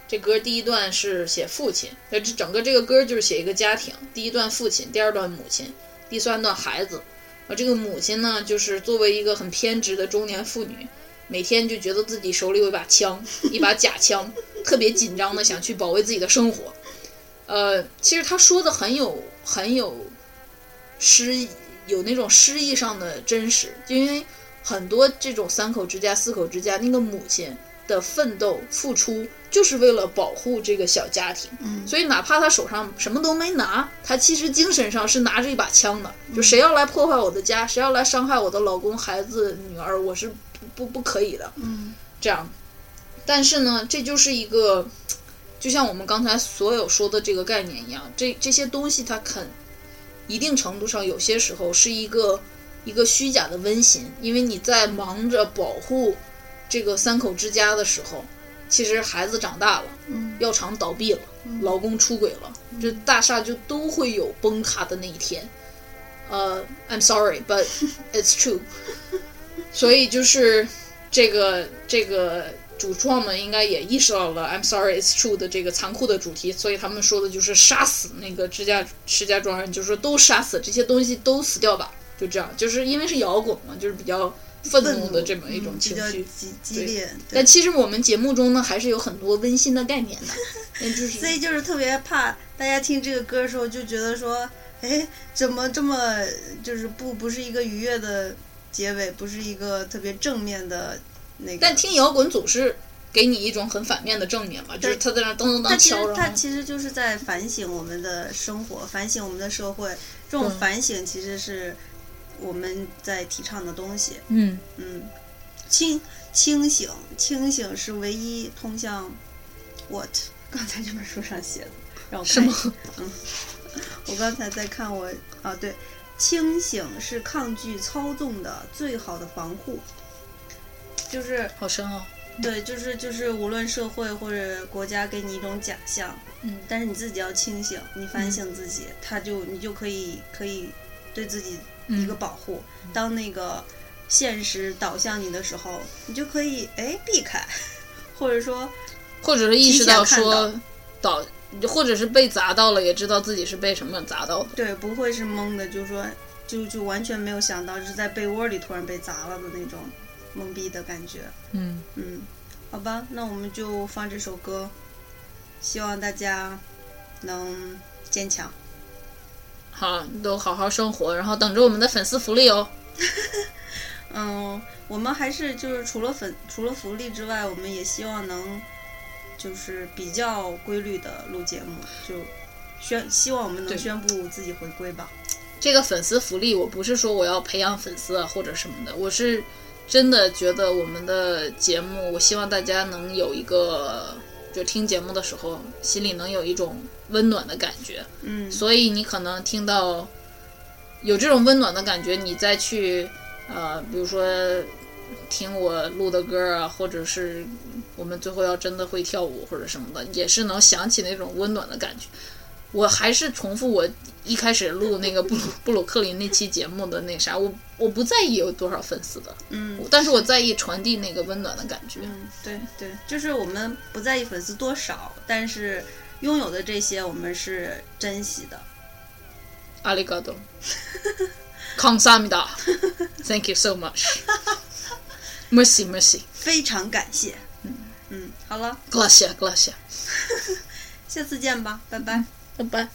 这歌第一段是写父亲，这整个这个歌就是写一个家庭，第一段父亲，第二段母亲，第三段孩子。而这个母亲呢，就是作为一个很偏执的中年妇女，每天就觉得自己手里有一把枪，一把假枪，特别紧张的想去保卫自己的生活。呃，其实他说的很有很有诗，有那种诗意上的真实，就因为很多这种三口之家、四口之家，那个母亲的奋斗付出就是为了保护这个小家庭， 嗯， 所以哪怕他手上什么都没拿，他其实精神上是拿着一把枪的，就谁要来破坏我的家，谁要来伤害我的老公、孩子、女儿，我是不不不可以的， 嗯， 这样。但是呢，这就是一个，就像我们刚才所有说的这个概念一样，这这些东西它肯一定程度上有些时候是一个一个虚假的温馨，因为你在忙着保护这个三口之家的时候，其实孩子长大了， 嗯， 药厂倒闭了， 嗯， 老公出轨了，嗯，这大厦就都会有崩塌的那一天。呃、uh, I'm sorry, but it's true 。所以就是这个这个主创们应该也意识到了 I'm sorry, it's true 的这个残酷的主题，所以他们说的就是杀死那个石家石家庄人，就是说都杀死，这些东西都死掉吧，就这样，就是因为是摇滚嘛，就是比较愤怒的这么一种情绪， 嗯，比较激烈。对， 但其实我们节目中呢，还是有很多温馨的概念的，就是所以就是特别怕大家听这个歌的时候就觉得说，哎，怎么这么就是不不是一个愉悦的结尾，不是一个特别正面的那个。 但听摇滚总是给你一种很反面的正面嘛，就是他在那噔噔噔敲， 他其实就是在反省我们的生活，反省我们的社会。这种反省其实是我们在提倡的东西。 嗯嗯，清清醒，清醒是唯一通向 what？ 刚才这本书上写的，让我看一下。嗯，我刚才在看我啊，对，清醒是抗拒操纵的最好的防护，就是好深哦。 对，就是就是无论社会或者国家给你一种假象， 嗯， 但是你自己要清醒，你反省自己，嗯，他就你就可以可以对自己一个保护。嗯，当那个现实导向你的时候，你就可以哎避开，或者说， 或者是意识到说导，或者是被砸到了，也知道自己是被什么砸到的。 对，不会是懵的，就是说就就完全没有想到是在被窝里突然被砸了的那种懵逼的感觉。 嗯嗯，好吧，那我们就放这首歌，希望大家能坚强。 好，都好好生活，然后等着我们的粉丝福利哦。 嗯，我们还是就是除了粉除了福利之外，我们也希望能就是比较规律的录节目，就宣希望我们能宣布自己回归吧。 这个粉丝福利，我不是说我要培养粉丝啊或者什么的，我是真的觉得我们的节目，我希望大家能有一个，就听节目的时候心里能有一种温暖的感觉。 嗯， 所以你可能听到有这种温暖的感觉，你再去呃，比如说听我录的歌啊，或者是我们最后要真的会跳舞或者什么的，也是能想起那种温暖的感觉。我还是重复我一开始录那个布鲁布鲁克林那期节目的那啥，我我不在意有多少粉丝的， 嗯， 但是我在意传递那个温暖的感觉。 嗯，对对，就是我们不在意粉丝多少，但是拥有的这些我们是珍惜的。 阿里嘎多，康萨米达 ，Thank you so much，Mercy Mercy， 非常感谢。嗯嗯，好了 ，Gracias Gracias， 下次见吧，拜拜。 拜拜。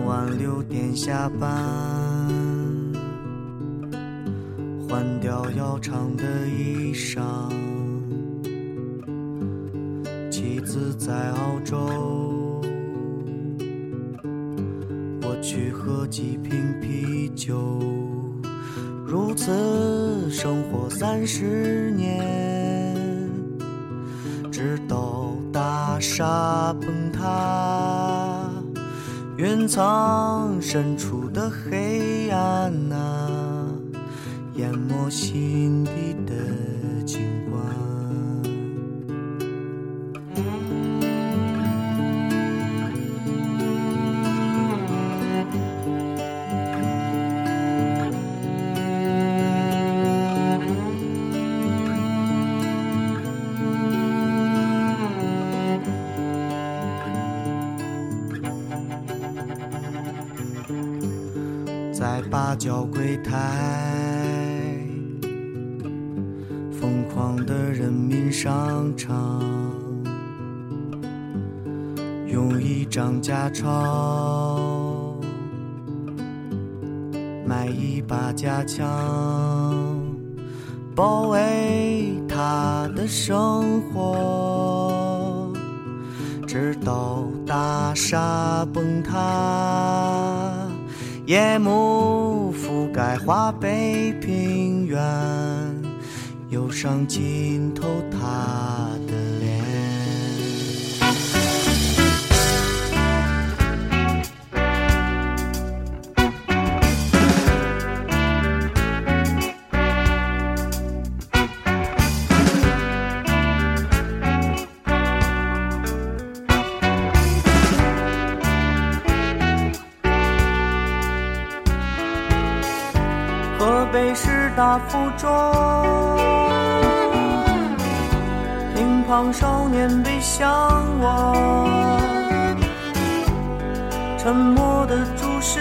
下班，换掉摇老长的衣裳，妻子在澳洲，我去喝几瓶啤酒，如此生活三十年，直到大厦崩塌，云层深处的黑暗啊，淹没心底的景观。在八角柜台，疯狂的人民商场，用一张假钞买一把假枪，保卫他的生活，直到大厦崩塌，夜幕覆盖华北平原，忧伤浸透他的脸。河北师大附中，乒乓少年背向我，沉默的注视，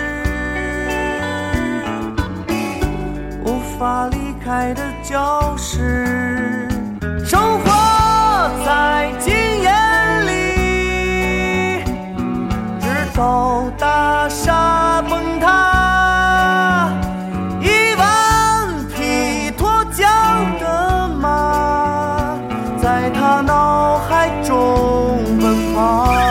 无法离开的教室，生活在经验里，直到大厦崩塌，一万匹脱缰的马在他脑海中奔跑。